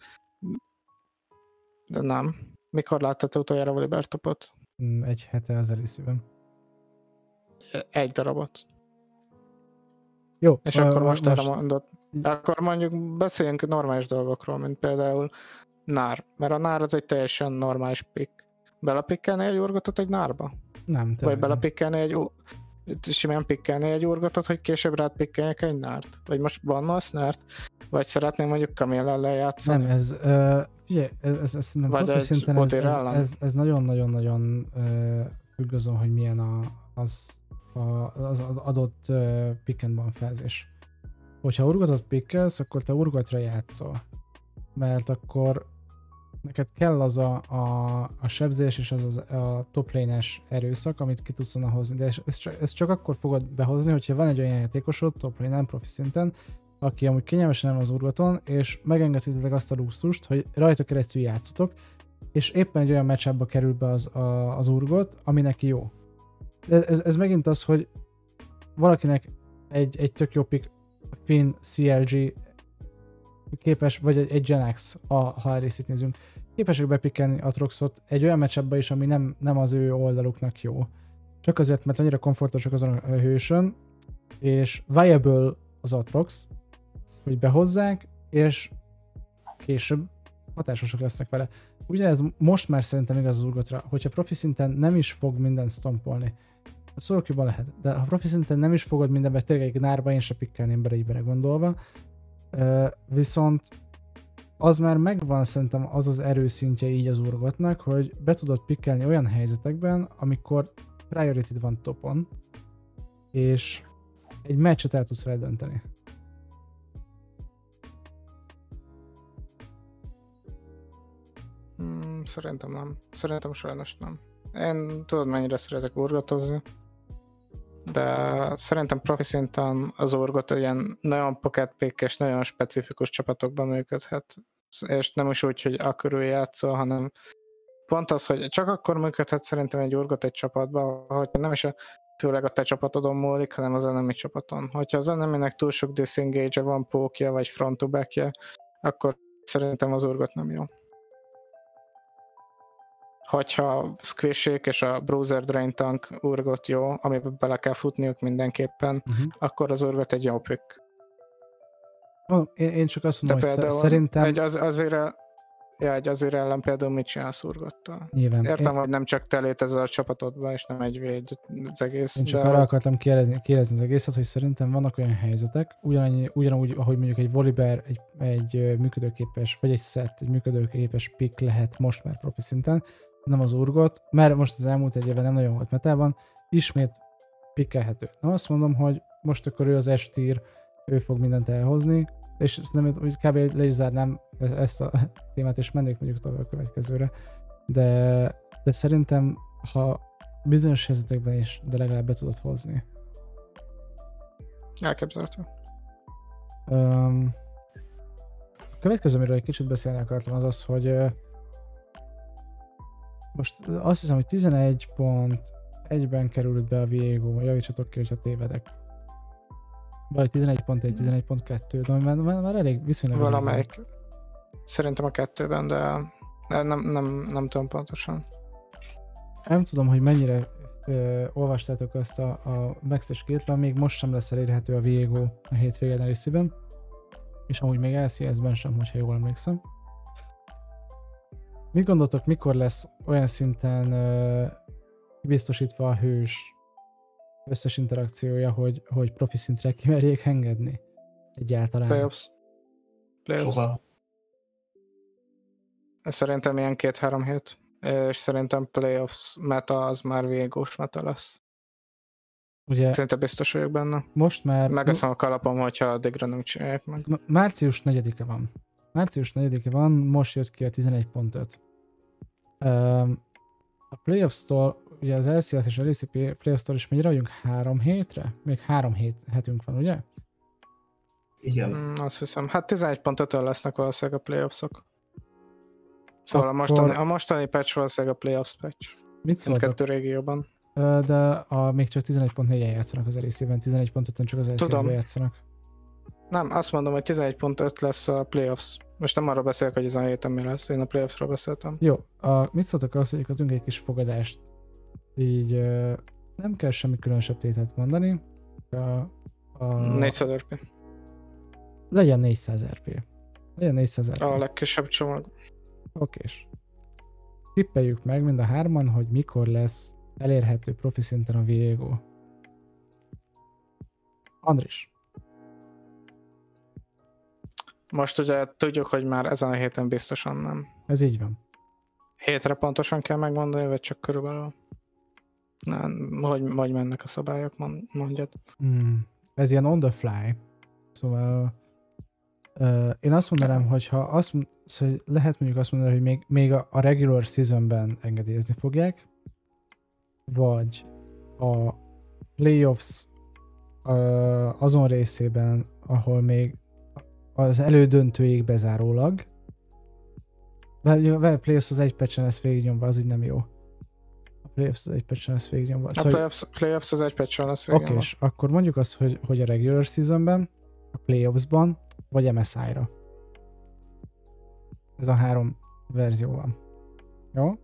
De nem. Mikor láttad utoljára Volibear topot? Egy hete az Elisiben. Egy darabot. Jó. És uh, akkor most, most erre mondod. Akkor mondjuk beszéljünk normális dolgokról, mint például Nár. Mert a Nár az egy teljesen normális pick. Belepikkelni egy urgotot egy Nárba? Nem. Vagy belepikkelni egy... simán pikkelni egy urgotot, hogy később rád pikkeljek egy Nárt? Vagy most bannolsz Nárt? Vagy szeretném mondjuk Camille-el játszani? Nem, ez... Uh, figyelj, ez, ez, ez nem vagy egy szinten ez, ez, ellen? ez, ez nagyon-nagyon-nagyon uh, függ azon, hogy milyen a, az, a, az adott uh, pick and ban fázis. Hogyha urgotot pikkelsz, akkor te urgotra játszol. Mert akkor neked kell az a, a, a sebzés és az, az a top lane-es erőszak, amit ki tudsz onnan hozni, de ezt csak, ezt csak akkor fogod behozni, hogyha van egy olyan játékosod top lane-en, profi szinten, aki amúgy kényelmesen nem az urgoton, és megengedhetitek azt a luxust, hogy rajta keresztül játszotok, és éppen egy olyan matchupba kerül be az, a, az urgot, ami neki jó. Ez, ez megint az, hogy valakinek egy, egy tök jó pick, Finn, cé el gé képes, vagy egy, egy Genax, a, ha részét nézünk, képesek bepikkelni Atroxot egy olyan matchupba is, ami nem, nem az ő oldaluknak jó. Csak azért, mert annyira komfortosak azon a hősön, és viable az Atrox, hogy behozzák, és később hatásosak lesznek vele. Ugyanez most már szerintem igaz az urgotra, hogyha profi szinten nem is fog mindent stompolni. A Solo Cube-ban lehet, de ha profi szinten nem is fogod mindenbe, tényleg egy Gnárba én se pikkelném bele így belegondolva, Uh, viszont az már megvan szerintem az az erőszintje így az urgotnak, hogy be tudod pikkelni olyan helyzetekben, amikor priority van topon, és egy meccset el tudsz vele dönteni. Hmm, szerintem nem. Szerintem sajnos nem. Én tudod, mennyire szeretek urgotozni, de szerintem profi szinten az urgot ilyen nagyon pocket pick-es, nagyon specifikus csapatokban működhet. És nem is úgy, hogy akörül játszol, hanem pont az, hogy csak akkor működhet szerintem egy urgot egy csapatban, hogy nem is a, főleg a te csapatodon múlik, hanem az enemy csapaton. Hogyha az enemynek túl sok disengage-e van, pókja vagy front to back-je, akkor szerintem az urgot nem jó. Hogyha squishék és a Bruiser Drain Tank urgot jó, amiben bele kell futniuk mindenképpen, Uh-huh. akkor az urgot egy jó pick. Oh, én, én csak azt mondom, De hogy például szerintem... egy az, azért, ja, egy azért ellen például mit csinálsz urgottal? Nyilván. Értem, én, hogy nem csak te létezel a csapatodban, és nem egy véd az egész. én csak de arra akartam kérdezni, kérdezni az egészet, hogy szerintem vannak olyan helyzetek, ugyanannyi, ugyanúgy, ahogy mondjuk egy Volibear, egy, egy működőképes, vagy egy set, egy működőképes pick lehet most már profi szinten, nem az urgot, mert most az elmúlt egy évben nem nagyon volt metában, ismét pickelhető. Na azt mondom, hogy most akkor ő az S-tier, ő fog mindent elhozni, és nem, úgy kb. Le is zárnám ezt a témát, és mennék mondjuk tovább a következőre, de, de szerintem, ha bizonyos helyzetekben is, de legalább be tudod hozni. elképzelhető. Um, a következő, amiről egy kicsit beszélni akartam, az az, hogy uh, most azt hiszem, hogy tizenegy pont egyben került be a Viego, javítsatok ki, hogyha tévedek. Vagy tizenegy pont egy, tizenegy pont kettő, de már, már, már elég viszonylag. Valamelyik. Szerintem a kettőben, de nem, nem, nem tudom pontosan. Nem tudom, hogy mennyire ö, olvastátok azt a, a Max-es kétben, még most sem lesz elérhető a Viego a hétvégen részében, és amúgy még el cé es-ben sem, hogyha jól emlékszem. Mit gondoltok, mikor lesz olyan szinten ö, biztosítva a hős összes interakciója, hogy, hogy profi szintre kimerjék engedni? Egyáltalán. Playoffs. Playoffs. Soha. Szerintem ilyen két-három hét, és szerintem playoffs meta az már végós meta lesz. Ugye Szerintem biztos vagyok benne. most már... Megeszem a kalapom, hogyha addigra nem csinálják meg. M- március negyedike van. Március negyedike van, most jött ki a tizenegy pont öt. Um, a Playoffs-tól, ugye az el cé es és a Racing Playoffs-tól is mennyire vagyunk? Három hétre? Még három hét, hetünk van, ugye? Igen. Mm, azt hiszem, hát tizenegy pont ötön lesznek valószínűleg a playoffsok. Szóval Akkor- a, mostani, a mostani patch valószínűleg a playoffs patch. Mit szóltok? Mindkettő régióban. Ö, De a, még csak tizenegy pont négyen játszanak az részében, tizenegy pont ötön csak az el cé es-ben Tudom. játszanak. Nem, azt mondom, hogy tizenegy pont öt lesz a playoffs. Most nem arról beszélek, hogy ezen a héten mi lesz, én a playoffsról beszéltem. Jó, a, mit szóltok ahhoz, hogy adjunk egy kis fogadást? Így ö, nem kell semmi különösebb tételt mondani. A, a, négyszáz er pé. legyen négyszáz er pé. Legyen négyszáz er pé. A legkisebb csomag. Okés. Tippeljük meg mind a hárman, hogy mikor lesz elérhető profi szinten a Viego. Andris. Most ugye tudjuk, hogy már ezen a héten biztosan nem. Ez így van. Hétre pontosan kell megmondani, vagy csak körülbelül? Nem, hogy, hogy mennek a szabályok, mond- mondjad. Mm, ez ilyen on the fly. Szóval uh, én azt mondanám, hogy ha azt, mond- szóval lehet mondjuk azt mondani, hogy még, még a, a regular seasonben engedélyezni fogják, vagy a playoffs uh, azon részében, ahol még az elődöntőig bezárólag, vagy playoffs az egy patchen lesz végignyomva, az így nem jó. A playoffs az egy patchen lesz végignyomva. A Szóval, playoffs, playoffs az egy patch lesz oké, végén. és akkor mondjuk azt, hogy, hogy a regular seasonben, a playoffsban, vagy em es i-ra. Ez a három verzió van. Jó?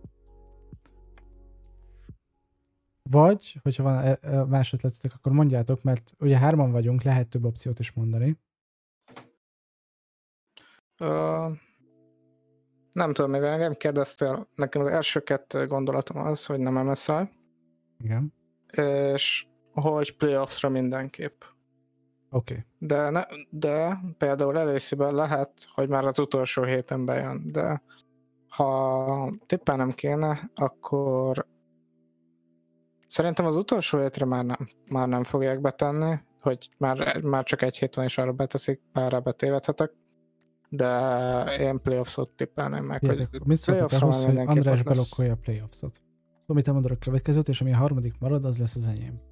Vagy, hogyha van e- e- más ötletetek, akkor mondjátok, mert ugye hárman vagyunk, lehet több opciót is mondani. Uh, nem tudom, mivel engem kérdeztél, nekem az első kettő gondolatom az, hogy nem em es i, Igen. és hogy playoffsra mindenképp. Oké. Okay. De, ne, de például előszében lehet, hogy már az utolsó héten bejön, de ha tippelnem kéne, akkor szerintem az utolsó hétre már nem, már nem fogják betenni, hogy már, már csak egy hét van, és arra beteszik, bárra betévedhetek, de én playoffs-ot tippelném meg, Értek, hogy mit szóltak ahhoz, hogy mindenképp András ott lesz. belokkolja a playoffs-ot? Amit elmondok a következőt, és ami a harmadik marad, az lesz az enyém.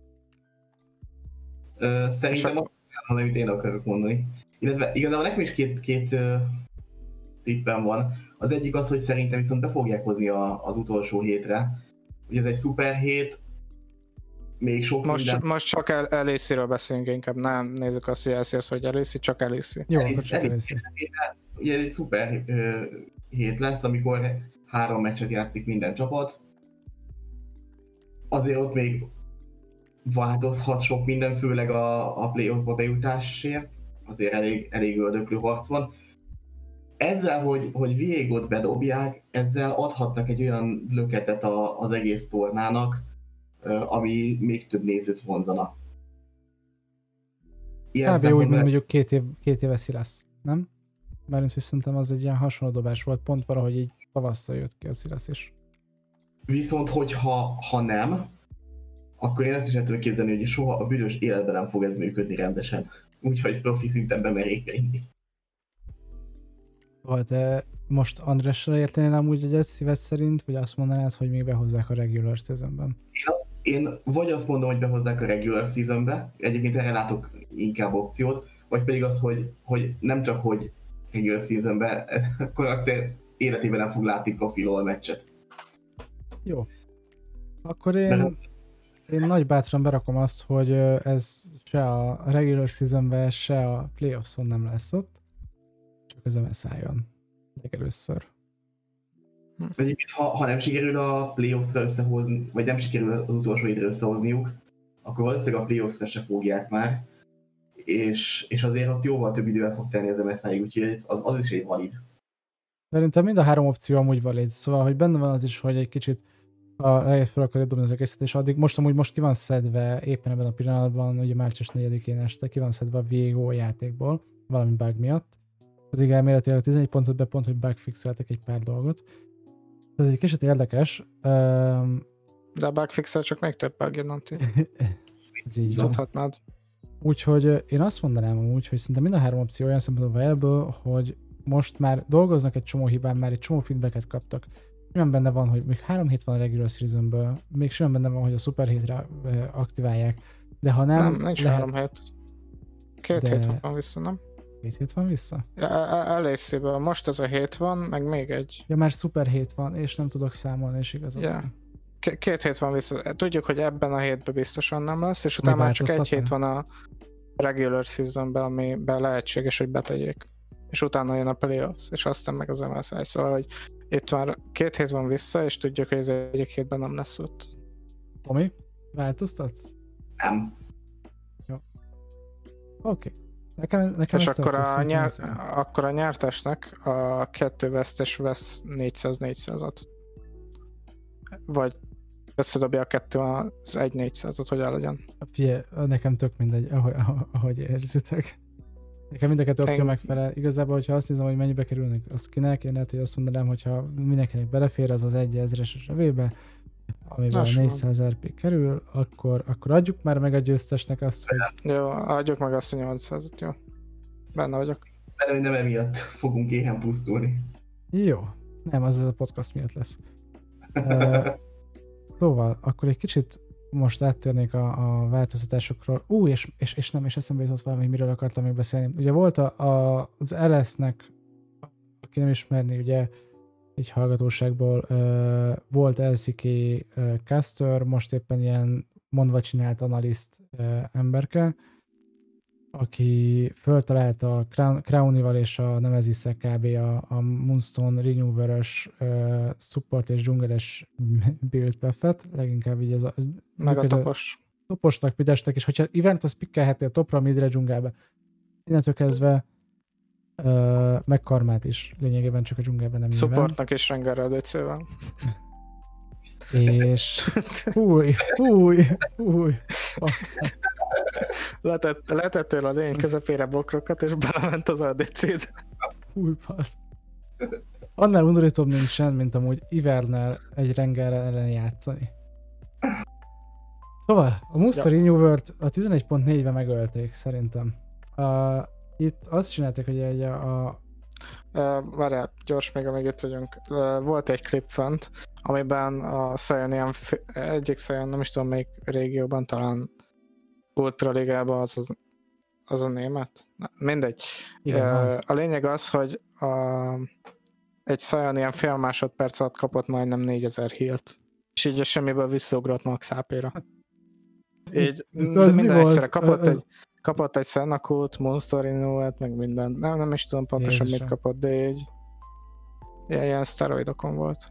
Ö, szerintem És azt mondom, amit én akarok mondani. Illetve igazából nekem is két, két uh, tippem van. Az egyik az, hogy szerintem viszont be fogják hozni a, az utolsó hétre. Ugye ez egy szuper hét, még sok Most, minden... most csak el, Elésziről beszélünk inkább, nem nézzük azt, hogy elszélsz, hogy Elészi, csak Elészi. Jó, Elég- akkor csak elég- elészi. Ugye ez egy szuper uh, hét lesz, amikor három meccset játszik minden csapat. Azért ott még változhat sok minden, főleg a, a play-offba bejutásért. Azért elég, elég ördöklő harc van. Ezzel, hogy, hogy Viego-t bedobják, ezzel adhatnak egy olyan löketet a, az egész tornának, ami még több nézőt vonzana. Kb. úgy, mint mondjuk két, év, két éve Silas, nem? Bármint, hogy szerintem az egy ilyen hasonló dobás volt, pont valahogy így tavasszal jött ki a Silas is. Viszont, hogyha ha nem, akkor én ezt is el tudom képzelni, hogy soha a büdös életben nem fog ez működni rendesen. Úgyhogy profi szinten bemerék inni. Szóval te most Andrással értenél amúgy egyet szíved szerint, vagy azt mondanád, hogy még behozzák a regular seasonben? Én, azt, én vagy azt mondom, hogy behozzák a regular seasonbe, egyébként erre látok inkább opciót, vagy pedig az, hogy, hogy nem csak hogy regular seasonbe, a karakter életében nem fog látni profilol meccset. Jó. Akkor én, én nagy bátran berakom azt, hogy ez se a regular seasonben, se a playoffson nem lesz ott, csak az em es i-on legelőször. Egyébként, ha, ha nem sikerül a playoffsra összehozni, vagy nem sikerül az utolsó hétre összehozniuk, akkor valószínűleg a playoffsra se fogják már, és, és azért ott jóval több idővel fog tenni az em es i, úgyhogy az, az is egy valid. Szerintem mind a három opció amúgy valid, szóval, hogy benne van az is, hogy egy kicsit a rejét fel akarja dobni az egészet, és addig most amúgy most ki van szedve éppen ebben a pillanatban, ugye március negyedikén este ki van szedve a Viego játékból, valami bug miatt. Pedig elméletileg tizenegy pontot be pont, hogy bugfixeltek egy pár dolgot. Ez egy kicsit érdekes. Um, De a bugfixel csak még több bug jön, Nanti. ez így van. Tudhatnád. Úgyhogy én azt mondanám amúgy, hogy szerintem mind a három opció olyan szempontból available, hogy most már dolgoznak egy csomó hibán, már egy csomó feedbacket kaptak. Simán benne van, hogy még három hét van a regular seasonből, még simán benne van, hogy a szuper hétre aktiválják, de ha nem... Nem, nincs lehet, három hét. Két de- hét van vissza, nem? Két hét van vissza? Elésziben most ez a hét van, meg még egy. Ja, már szuper hét van, és nem tudok számolni, és igazából. Ja. K- két hét van vissza. Tudjuk, hogy ebben a hétben biztosan nem lesz, és utána Még már csak egy változtatni? hét van a regular seasonben, amiben lehetséges, hogy betegyék. És utána jön a playoffs, és aztán meg az em es i. Szóval, hogy itt már két hét van vissza, és tudjuk, hogy az egyik hétben nem lesz ott. Tomi, változtatsz? Nem. Oké. Okay. Nekem, nekem És ezt akkor tetszett, a, szerintem nyár, ez jó. akkor a nyertesnek a kettő vesztes vesz négyszáz négyszázat. Vagy összedobja a kettő az egy négyszázat, hogy el legyen. Figyelj, nekem tök mindegy, ahogy, ahogy érzitek. Nekem mind a kettő opció Eng- megfelel. Igazából, hogyha azt nézem, hogy mennyibe kerülnek a skinek, én lehet, hogy azt mondanám, hogyha mindenkinek belefér az az egy ezres a zsevébe, amivel Na, négyszáz er pé kerül, akkor, akkor adjuk már meg a győztesnek azt, hogy Jó, adjuk meg azt a nyolcszázat, jó. Benne vagyok. De nem emiatt fogunk éhen pusztulni. jó. Nem, az a podcast miatt lesz. Uh, szóval, akkor egy kicsit most áttérnék a, a változtatásokról. Ú, és, és, és nem, és eszembe jutott valami, miről akartam még beszélni. Ugye volt a, a, az el es-nek, aki nem ismerni, ugye egy hallgatóságból uh, volt el cé ká uh, caster, most éppen ilyen mondva csinált analiszt uh, emberke, aki föltalálta a Crown, Crownival és a Nemezisszel kb. a, a Moonstone Renewer-ös uh, support és dzsungeles build path-et, leginkább így ez a... Meg a topos. Toposnak, midesnek, és hogyha event, az pikkelheti a topra, midre, dzsungelbe. Innentől kezdve uh, meg karmát is, lényegében csak a dzsungelben nem nyilván. Supportnak is rengerre a dé cé-vel. És fúj, fúj, fúj. Letett, letettél a lény közepére bokrokat, és belement az á dé cé-d. Fúj, passz. Annál undorítóbb nincsen, mint amúgy Ivernel egy renger ellen játszani. Szóval, a Monster ja. Renewal-t a tizenegy pont négyben megölték, szerintem. Uh, itt azt csinálták, hogy egy a... a... Uh, várjál, gyors, még amíg itt vagyunk. Uh, volt egy klip fent, amiben a Saiyan ilyen, egyik Saiyan, nem is tudom melyik régióban, talán Ultra Ligában az, az, az a német? Na, mindegy. Igen, uh, a lényeg az, hogy a, egy Saiyan ilyen fél másodperc alatt kapott majdnem négyezer healt. És így semmiből visszaugrott Max há pé-ra. Így minden egyszerre kapott, az... egy, kapott egy Senakut, Monster Renewal-t, meg mindent. Nem, nem is tudom pontosan Jézusom. mit kapott, de így ilyen, ilyen szteroidokon volt.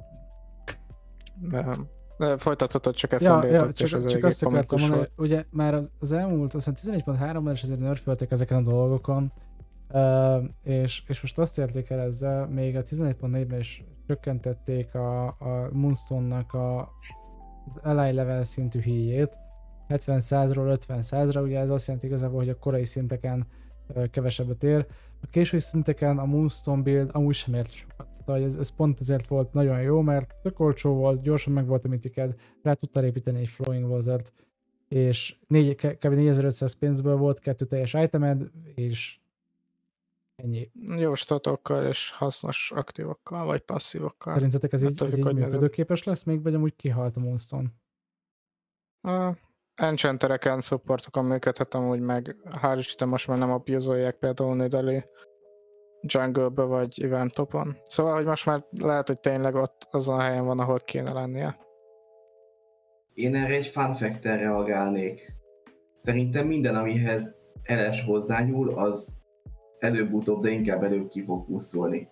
De, de folytathatod, csak eszembe ja, jutott, ja, és ez csak azt akartam mondani, ugye már az, az elmúlt, aztán tizenegy pont háromban is azért nerföltek ezeken a dolgokon, uh, és, és most azt érték el ezzel, még a tizenegy pont négyben is csökkentették a, a Moonstone-nak a, az ally level szintű híjét, hetven százról ötven százra, ugye ez azt jelenti igazából, hogy a korai szinteken uh, kevesebbet ér. A késői szinteken a Moonstone build amúgy sem ért sokat. Szóval ez, ez pont ezért volt nagyon jó, mert tök olcsó volt, gyorsan meg volt a mitiked, rá tudtál építeni egy Flowing Wizard, és kb. négyezer-ötszáz pénzből volt kettő teljes itemed, és ennyi. Jó statokkal és hasznos aktívokkal, vagy passzívokkal. Szerintetek ez így, ez így működőképes lesz még, vagy amúgy kihalt a Moonstone? Uh, Enchantereken, supportokon működhet amúgy meg, hál' Isten most már nem abuzolják például Nidalee jungle-be vagy event topon. Szóval, hogy most már lehet, hogy tényleg ott azon a helyen van, ahol kéne lennie. Én erre egy fun fact-tel reagálnék. Szerintem minden, amihez el es hozzányúl, az előbb-utóbb, de inkább előbb ki fog pusztulni.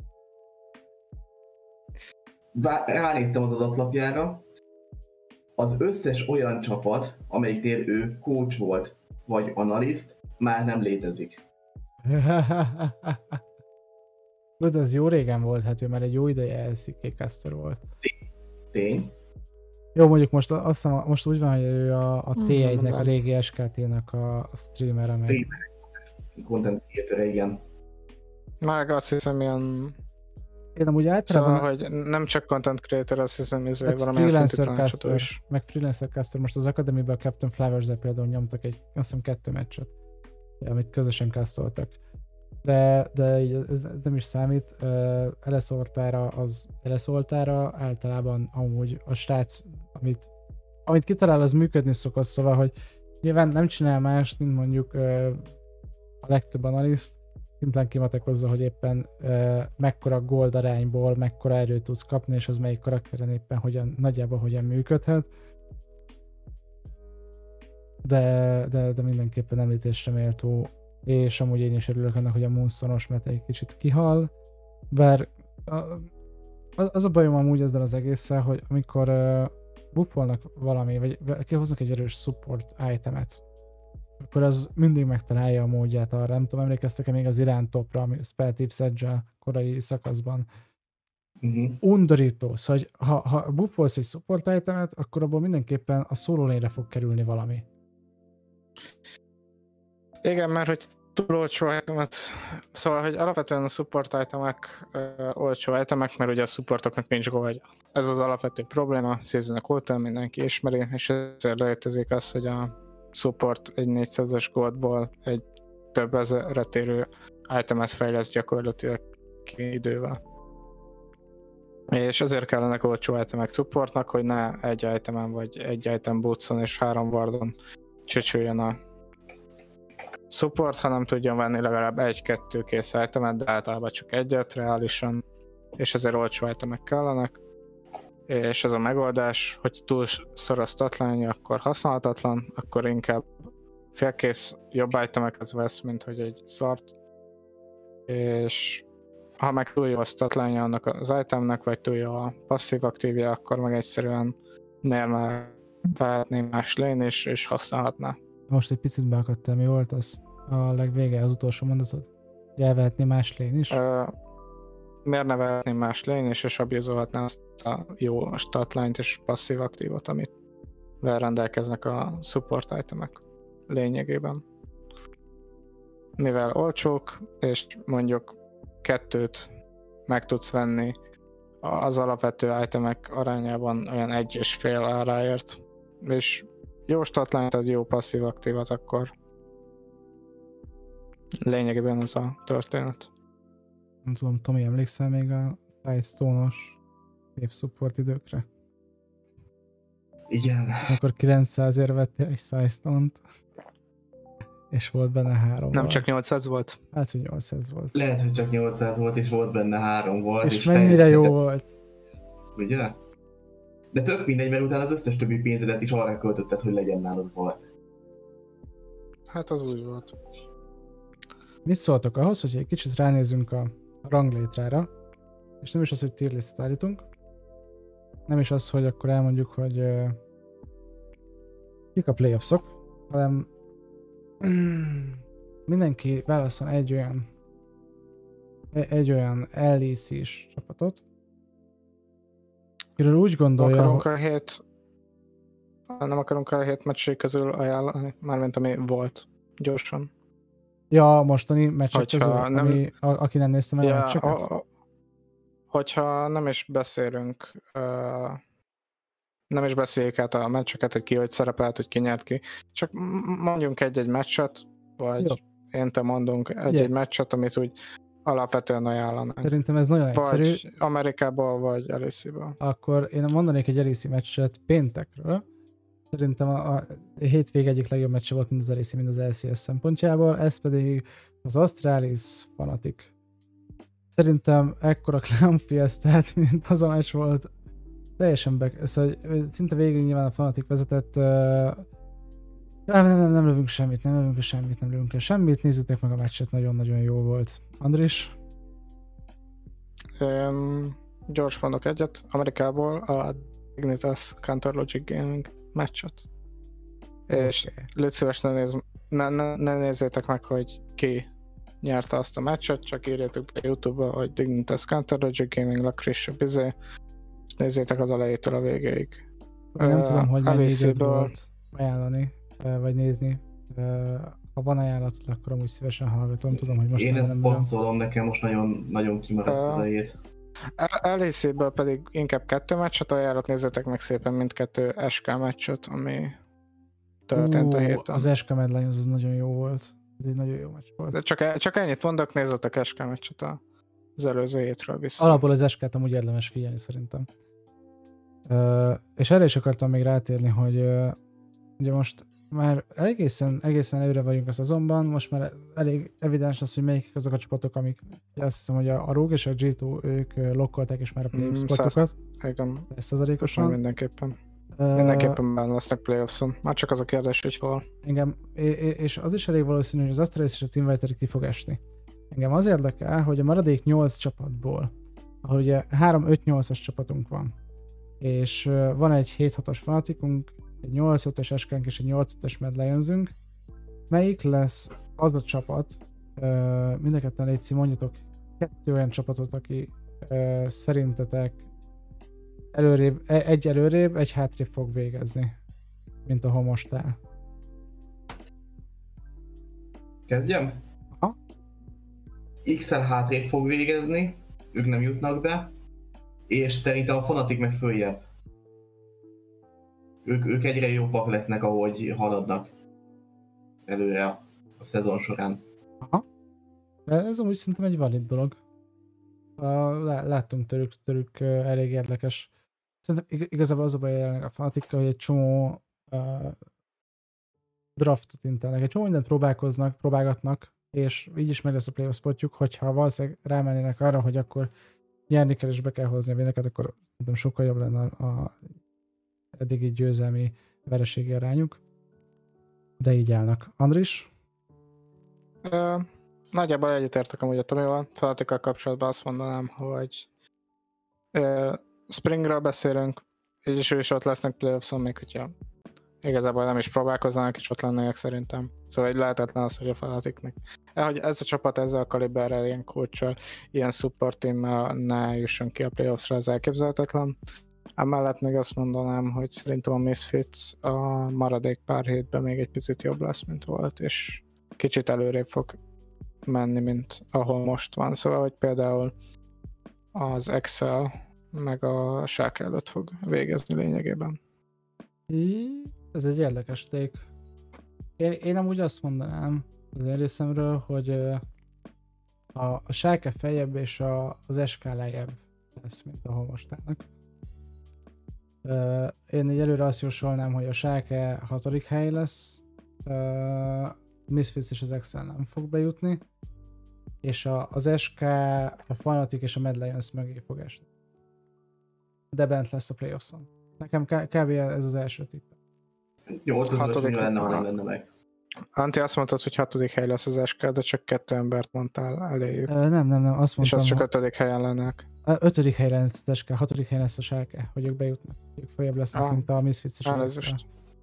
Ránéztem az adatlapjára, az összes olyan csapat, amelyiknél ő coach volt, vagy analiszt, már nem létezik. Tudod, az jó régen volt, hát ő már egy jó ideje el cé ká caster volt. Tény? Jó, mondjuk most azt hiszem, most úgy van, hogy ő a, a té egynek, a régi es ká té-nek a streamere meg. Streamer. Content creator, igen. Meg azt hiszem ilyen... Én amúgy általában... Szóval, hogy nem csak content creator, azt hiszem, hogy hát valamilyen szintű tanácsadó caster, is. meg freelancer caster, most az Academy-ben a Captain Flowers-el például nyomtak egy, azt hiszem kettő meccset, amit közösen castoltak. De, de így ez nem is számít. Uh, eleszoltára az eleszoltára általában amúgy a srác, amit, amit kitalál, az működni szokott, szóval, hogy nyilván nem csinál más, mint mondjuk uh, a legtöbb analiszt, szimplán kimatekozza, hogy éppen uh, mekkora gold arányból, mekkora erőt tudsz kapni, és az melyik karakteren éppen hogyan, nagyjából hogyan működhet. De, de, de mindenképpen említésre méltó, és amúgy én is örülök annak, hogy a Moonstone-os meta egy kicsit kihal, bár a, az a bajom amúgy ezzel az egésszel, hogy amikor uh, buffolnak valami, vagy kihoznak egy erős support itemet, akkor az mindig megtalálja a módját arra. Nem tudom, emlékeztek-e még az Irán topra, ami Spell Tips Edge korai szakaszban. Uh-huh. Undorító. Szóval, hogy ha, ha buffolsz egy support itemet, akkor abból mindenképpen a solo lane-re fog kerülni valami. Igen, mert hogy túl olcsó itemet, szóval, hogy alapvetően a support itemek uh, olcsó itemek, mert ugye a supportoknak nincs goldja. Ez az alapvető probléma, Season-nek óta mindenki ismeri, és ezért létezik az, hogy a support egy négyszázas goldból egy több ezerre térő itemet fejleszt gyakorlatilag ki idővel. És ezért kellenek olcsó itemek supportnak, hogy ne egy itemen vagy egy item bootson és három wardon csücsüljön a support, hanem tudjon venni legalább egy-kettő kész itemet, de általában csak egyet reálisan, és ezért olcsó itemek kellenek. És ez a megoldás, hogy túl szor a statline, akkor használhatatlan, akkor inkább félkész jobb itemeket vesz, mint hogy egy szart. És ha meg túl jó a statline annak az itemnek, vagy túl jó a passzív aktívja, akkor meg egyszerűen miért vehetné más lane és, és használhatná. Most egy picit beakadtál, mi volt az? A legvége, az utolsó mondatod? Elvehetné más lane is? Ö, miért ne vehetné más lane és, és abuzolhatná azt a jó statline-t és passzív aktívot, amit rendelkeznek a support itemek lényegében. Mivel olcsók, és mondjuk kettőt meg tudsz venni az alapvető itemek arányában olyan egy és fél áráért, és jó statline, tehát jó passzív aktívat, akkor lényegében ez a történet. Nem tudom, Tomi, emlékszel még a Sidestone-os szép support időkre? Igen. Akkor kilencszázért vettél egy Sidestone-t, és volt benne három. Nem volt. csak nyolcszáz volt? Hát, hogy nyolcszáz volt. Lehet, hogy csak nyolcszáz volt, és volt benne három volt. És, és mennyire jó volt. Ugye? De tök mindegy, mert utána az összes többi pénzedet is arra költötted, hogy legyen nálad volt. Hát az úgy volt. Mit szóltok ahhoz, hogy egy kicsit ránézzünk a ranglétrára, és nem is az, hogy tier listet állítunk, nem is az, hogy akkor elmondjuk, hogy uh, kik a playoffsok, hanem mm, mindenki válaszol egy olyan egy olyan el é cé-s csapatot, akiről úgy gondolja, akarunk hogy... a hét... Nem akarunk a hét meccsé közül ajánlani, mármint ami volt, gyorsan. Ja, mostani meccsek Hogyha közül, nem- ami, a, aki nem nézte meg a Ja, meccseket? a, a, hogyha nem is beszélünk, uh, nem is beszéljük át a meccseket, hogy ki hogy szerepelt, hogy ki nyert ki, csak m- mondjunk egy-egy meccset, vagy Jó. én te mondunk egy-egy meccset, amit úgy alapvetően ajánlanánk. Szerintem ez nagyon egyszerű. Vagy Amerikából, vagy el é cé-ből. Akkor én mondanék egy el é cé meccset péntekről. Szerintem a, a hétvég egyik legjobb meccse volt mind az el é cé, mind az el cé es szempontjából, ez pedig az Astralis Fnatic. Szerintem ekkora clownfiestát, mint az a meccs volt, teljesen be... Szóval szinte végig nyilván a Fnatic vezetett. Uh, nem, nem, nem, nem lövünk semmit, nem lövünk semmit, nem lövünk semmit, nézzétek meg a meccset, nagyon-nagyon jó volt. Andris? Um, gyors mondok egyet, Amerikából a Dignitas Counter Logic Gaming meccset. És Okay. légy szíves, ne, nézz, ne, ne, ne nézzétek meg, hogy ki nyerte azt a meccset, csak írjátok be YouTube-ba, hogy Dignitas Counter Logic Gaming, legfrissebb izé, és nézzétek az elejétől a végéig. Nem Ö, tudom, hogy mennyi időt el é cé-ből volt ajánlani, ö, vagy nézni. Ö, Ha van ajánlatod, akkor amúgy szívesen hallgatom. Tudom, hogy most Én nem ezt nem passzolom, nekem most nagyon, nagyon kimaradt az Ö, elejét. el é cé-ből pedig inkább kettő meccset ajánlok, nézzétek meg szépen mindkettő es ká meccset, ami történt a Ú, héten. Az es ká Mad Lions az nagyon jó volt. Ez egy nagyon jó meccs volt. De csak, csak ennyit mondok, nézzetek es ká meccset az előző hétről vissza. Alapból az es kát amúgy érdemes figyelni szerintem. Ö, és erre is akartam még rátérni, hogy ö, ugye most már egészen, egészen előre vagyunk a szezonban, most már elég evidens az, hogy melyik azok a csapatok, amik azt hiszem, hogy a, a Rogue és a gé kettő ők ö, lokkolták is már a play-off Mm, spotokat, Igen, száz százalékosan. mindenképpen. Ö, Mindenképpen benne lesznek playoffson. Már csak az a kérdés, hogy hol. Engem, é- é- és az is elég valószínű, hogy az Astralis és a Team Vitality ki fog esni. Engem az érdekel, hogy a maradék nyolc csapatból, ahol ugye három öt nyolcas csapatunk van, és uh, van egy hét hatos Fnaticunk, egy nyolc ötös Eskánk és egy nyolc ötös Mad Lionsünk, melyik lesz az a csapat, uh, mind a ketten légy szí, mondjatok kettő olyan csapatot, aki uh, szerintetek előrébb, egy előrébb, egy hátrébb fog végezni, mint ahol most áll. Kezdjem? Aha. iksz el hátrébb fog végezni, ők nem jutnak be, és szerintem a Fnatic meg följebb. Ők, ők egyre jobbak lesznek, ahogy haladnak előre a, a szezon során. Aha. De ez amúgy szerintem egy valid dolog. Uh, láttunk tőlük, tőlük uh, elég érdekes. Szerintem ig- igazából az a baj jelenleg a Fnatikkal, hogy egy csomó uh, draftot intelnek, egy csomó mindent próbálkoznak, próbálgatnak, és így is meg lesz a playoff spotjuk, hogyha valószínűleg rámennének arra, hogy akkor nyerni kell és be kell hozni a véneket, akkor szerintem sokkal jobb lenne a, a eddigi győzelmi vereségi arányuk. De így állnak. Andris? Ö, nagyjából egyetértek amúgy a Tomival. Fnaticcal kapcsolatban azt mondanám, hogy ö, Springről beszélünk, így is ő is ott lesznek playoffson, még hogyha igazából nem is próbálkoznának, és ott lennének szerintem. Szóval egy lehetetlen az, hogy a Fnaticnek. Hogy ez a csapat ezzel a kaliberrel, ilyen coachal, ilyen support teammel ne jusson ki a playoffsra, az elképzelhetetlen. Emellett még azt mondanám, hogy szerintem a Misfits a maradék pár hétben még egy picit jobb lesz, mint volt, és kicsit előrébb fog menni, mint ahol most van. Szóval, hogy például az Excel meg a Shark előtt fog végezni lényegében. Ez egy érdekes take. Én, én amúgy azt mondanám az én részemről, hogy a, a Schalke feljebb és a, az es ká lejjebb lesz, mint ahol most állnak. Én így előre azt jósolnám, hogy a Schalke hatodik hely lesz, Misfits és az Excel nem fog bejutni, és a, az es ká, a Fnatic és a Mad Lions mögé fog esni. De bent lesz a playoffs-on. Nekem kb. Ez az első tipp. nyolcadik lenne, ha nem lenne meg. Antti, azt mondtad, hogy hatodik hely lesz az es ká, de csak kettő embert mondtál eléjük. Nem, nem, nem, azt mondtam, és az csak ötödik helyen lennek. Ötödik helyre lesz az es ká, hatodik helyen lesz a Schalke, hogy ők bejutnak. Ők följebb lesznek, ah, mint a Misfits és az Excel.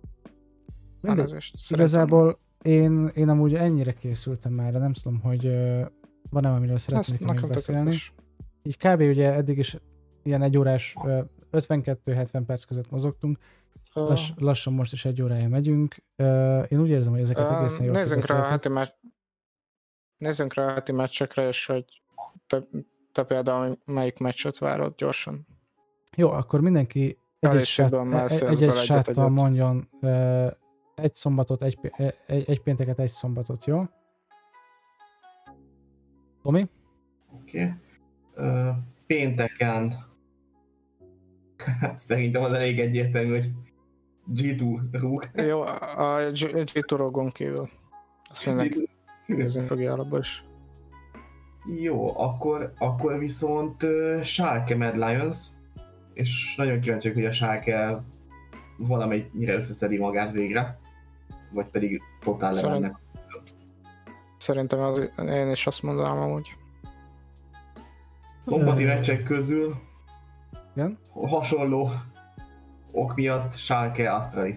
Igazából én, én amúgy ennyire készültem már, de nem tudom, hogy uh, van-e, amiről szeretnék még beszélni. Így kb. Ugye eddig is ilyen egy órás, uh, ötvenkettő-hetven perc között mozogtunk. Lass, lassan most is egy órája megyünk. Uh, én úgy érzem, hogy ezeket uh, egészen jól nézzünk rá, a heti meccs... nézzünk rá a heti meccsekre, és hogy te, te például melyik meccset várod gyorsan. Jó, akkor mindenki egy-egy sáttal mondjon uh, egy szombatot, egy, egy, egy pénteket, egy szombatot, jó? Tomi? Oké. Okay. Uh, pénteken szerintem az elég egyértelmű, hogy gé kettő rúg. Jó, a gé kettő rúgon kívül. Azt mindenki nézzünk rogi alapból is. Jó, akkor, akkor viszont uh, Schalke Mad Lions, és nagyon kíváncsi vagyok, hogy a Schalke valamennyire összeszedi magát végre, vagy pedig totál levennek. Szerintem az, én is azt mondanám amúgy. Szombati meccsek közül igen? Hasonló ok miatt Schalke Astralis.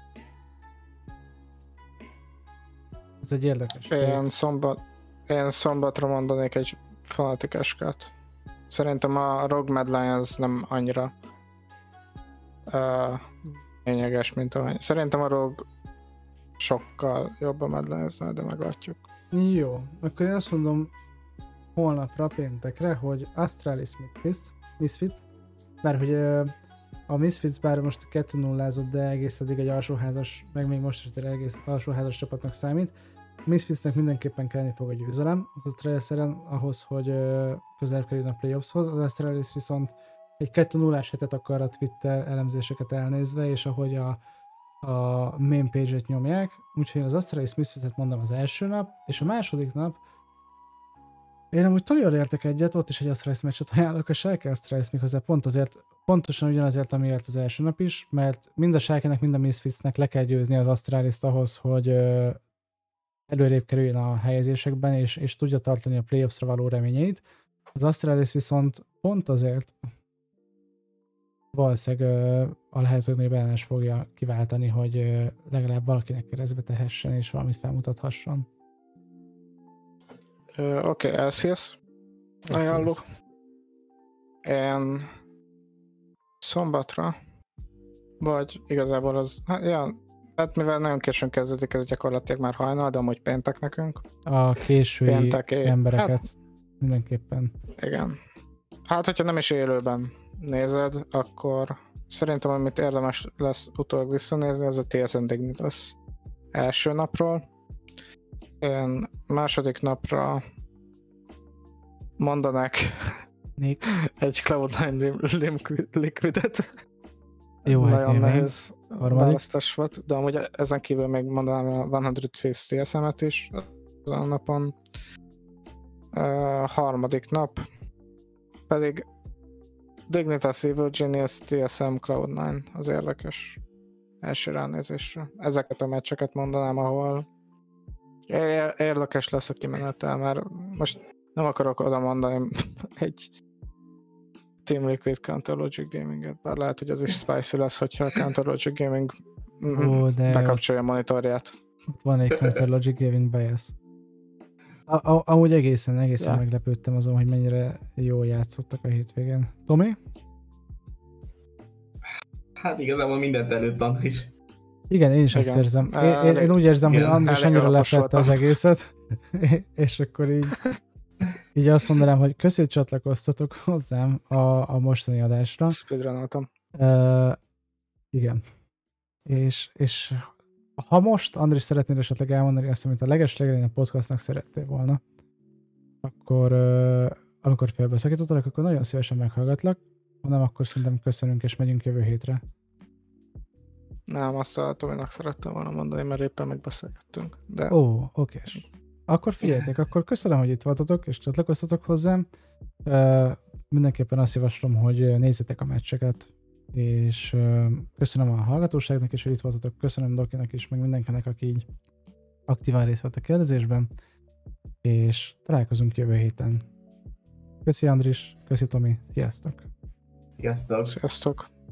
Ez egy érdekes. Én, szombat, én szombatra mondanék egy Fnatic es kát. Szerintem a Rogue Mad Lions nem annyira uh, lényeges, mint ahogy. Szerintem a Rogue sokkal jobb a Mad Lions-nál, de meglátjuk. Jó, akkor én azt mondom holnapra, péntekre, hogy Astralis Misfits, Misfits, mert hogy uh, a Misfits bár most kettő nullázott, de egész eddig egy alsóházas, meg még most is egy egész alsóházas csapatnak számít. Misfitsnek mindenképpen kelleni fog a győzelem az Astralis-en ahhoz, hogy uh, közelebb kerüljön a playoffshoz. Az Astralis viszont egy kettő nullás hetet akar a Twitter elemzéseket elnézve, és ahogy a, a main page-et nyomják, úgyhogy az Astralis Misfits-et mondom az első nap, és a második nap én amúgy Tolival értek egyet, ott is egy Astralis meccset ajánlok, a Schalke Astralis méghozzá pont azért, pontosan ugyanazért, amiért az első nap is, mert mind a Schalke-nek, mind a Misfitsnek le kell győzni az Astralis-t ahhoz, hogy uh, előrébb kerüljön a helyezésekben, és, és tudja tartani a playoffs-ra való reményeit. Az Astralis viszont pont azért valószínűleg uh, a lehető legnagyobb ellenes fogja kiváltani, hogy uh, legalább valakinek keresztbe tehessen, és valamit felmutathasson. Uh, Oké, okay, el cé es. Ajánló. Én szombatra, vagy igazából az, hát, ja, hát mivel nagyon későn kezdődik, ez gyakorlatilag már hajnal, de amúgy péntek nekünk. A késői Pénteki, embereket hát, mindenképpen. Igen. Hát, hogyha nem is élőben nézed, akkor szerintem amit érdemes lesz utólag visszanézni, ez a té es en Dignitas első napról. Én második napra mondanak Nick. egy cloud nine Liquidet. Jó, nagyon nehéz választás volt, de amúgy ezen kívül még mondanám a száz té es em-et is azon a napon. Uh, harmadik nap pedig Dignitas Evil Genius té es em cloud nine az érdekes első ránézésre. Ezeket a meccseket mondanám, ahol érdekes lesz a kimenetel, mert most nem akarok oda mondani egy Team Liquid Counter Logic Gaming-et, bár lehet, hogy az is spicy lesz, hogyha a Counter Logic Gaming Ó, bekapcsolja a monitorját. Ott van egy Counter Logic Gaming bias. A- a- amúgy egészen, egészen ja. meglepődtem azon, hogy mennyire jól játszottak a hétvégén. Tomi? Hát igazából mindent előtt Andris. Igen, én is Igen. azt érzem. Én, én, én úgy érzem, igen, hogy Andris annyira lefette az egészet, és akkor így, így azt mondanám, hogy köszönjük, csatlakoztatok hozzám a, a mostani adásra. Speedrunoltam. Uh, igen. És, és ha most, Andris, szeretnél esetleg elmondani azt, amit a legeslegelején a podcastnak szerettél volna, akkor uh, amikor felbeszakítottalak, akkor nagyon szívesen meghallgatlak. Ha nem, akkor szerintem köszönünk, és megyünk jövő hétre. Nem, azt a Tominak szerettem volna mondani, mert éppen megbeszélgettünk. De... Ó, okés. Akkor figyeljetek, akkor köszönöm, hogy itt voltatok, és csatlakoztatok hozzám. Uh, mindenképpen azt javaslom, hogy nézzetek a meccseket, és uh, köszönöm a hallgatóságnak is, hogy itt voltatok. Köszönöm Dokinak is, meg mindenkinek, aki így aktívan részt vett a kérdezésben, és találkozunk jövő héten. Köszi Andris, köszi Tomi, sziasztok! Sziasztok! Sziasztok!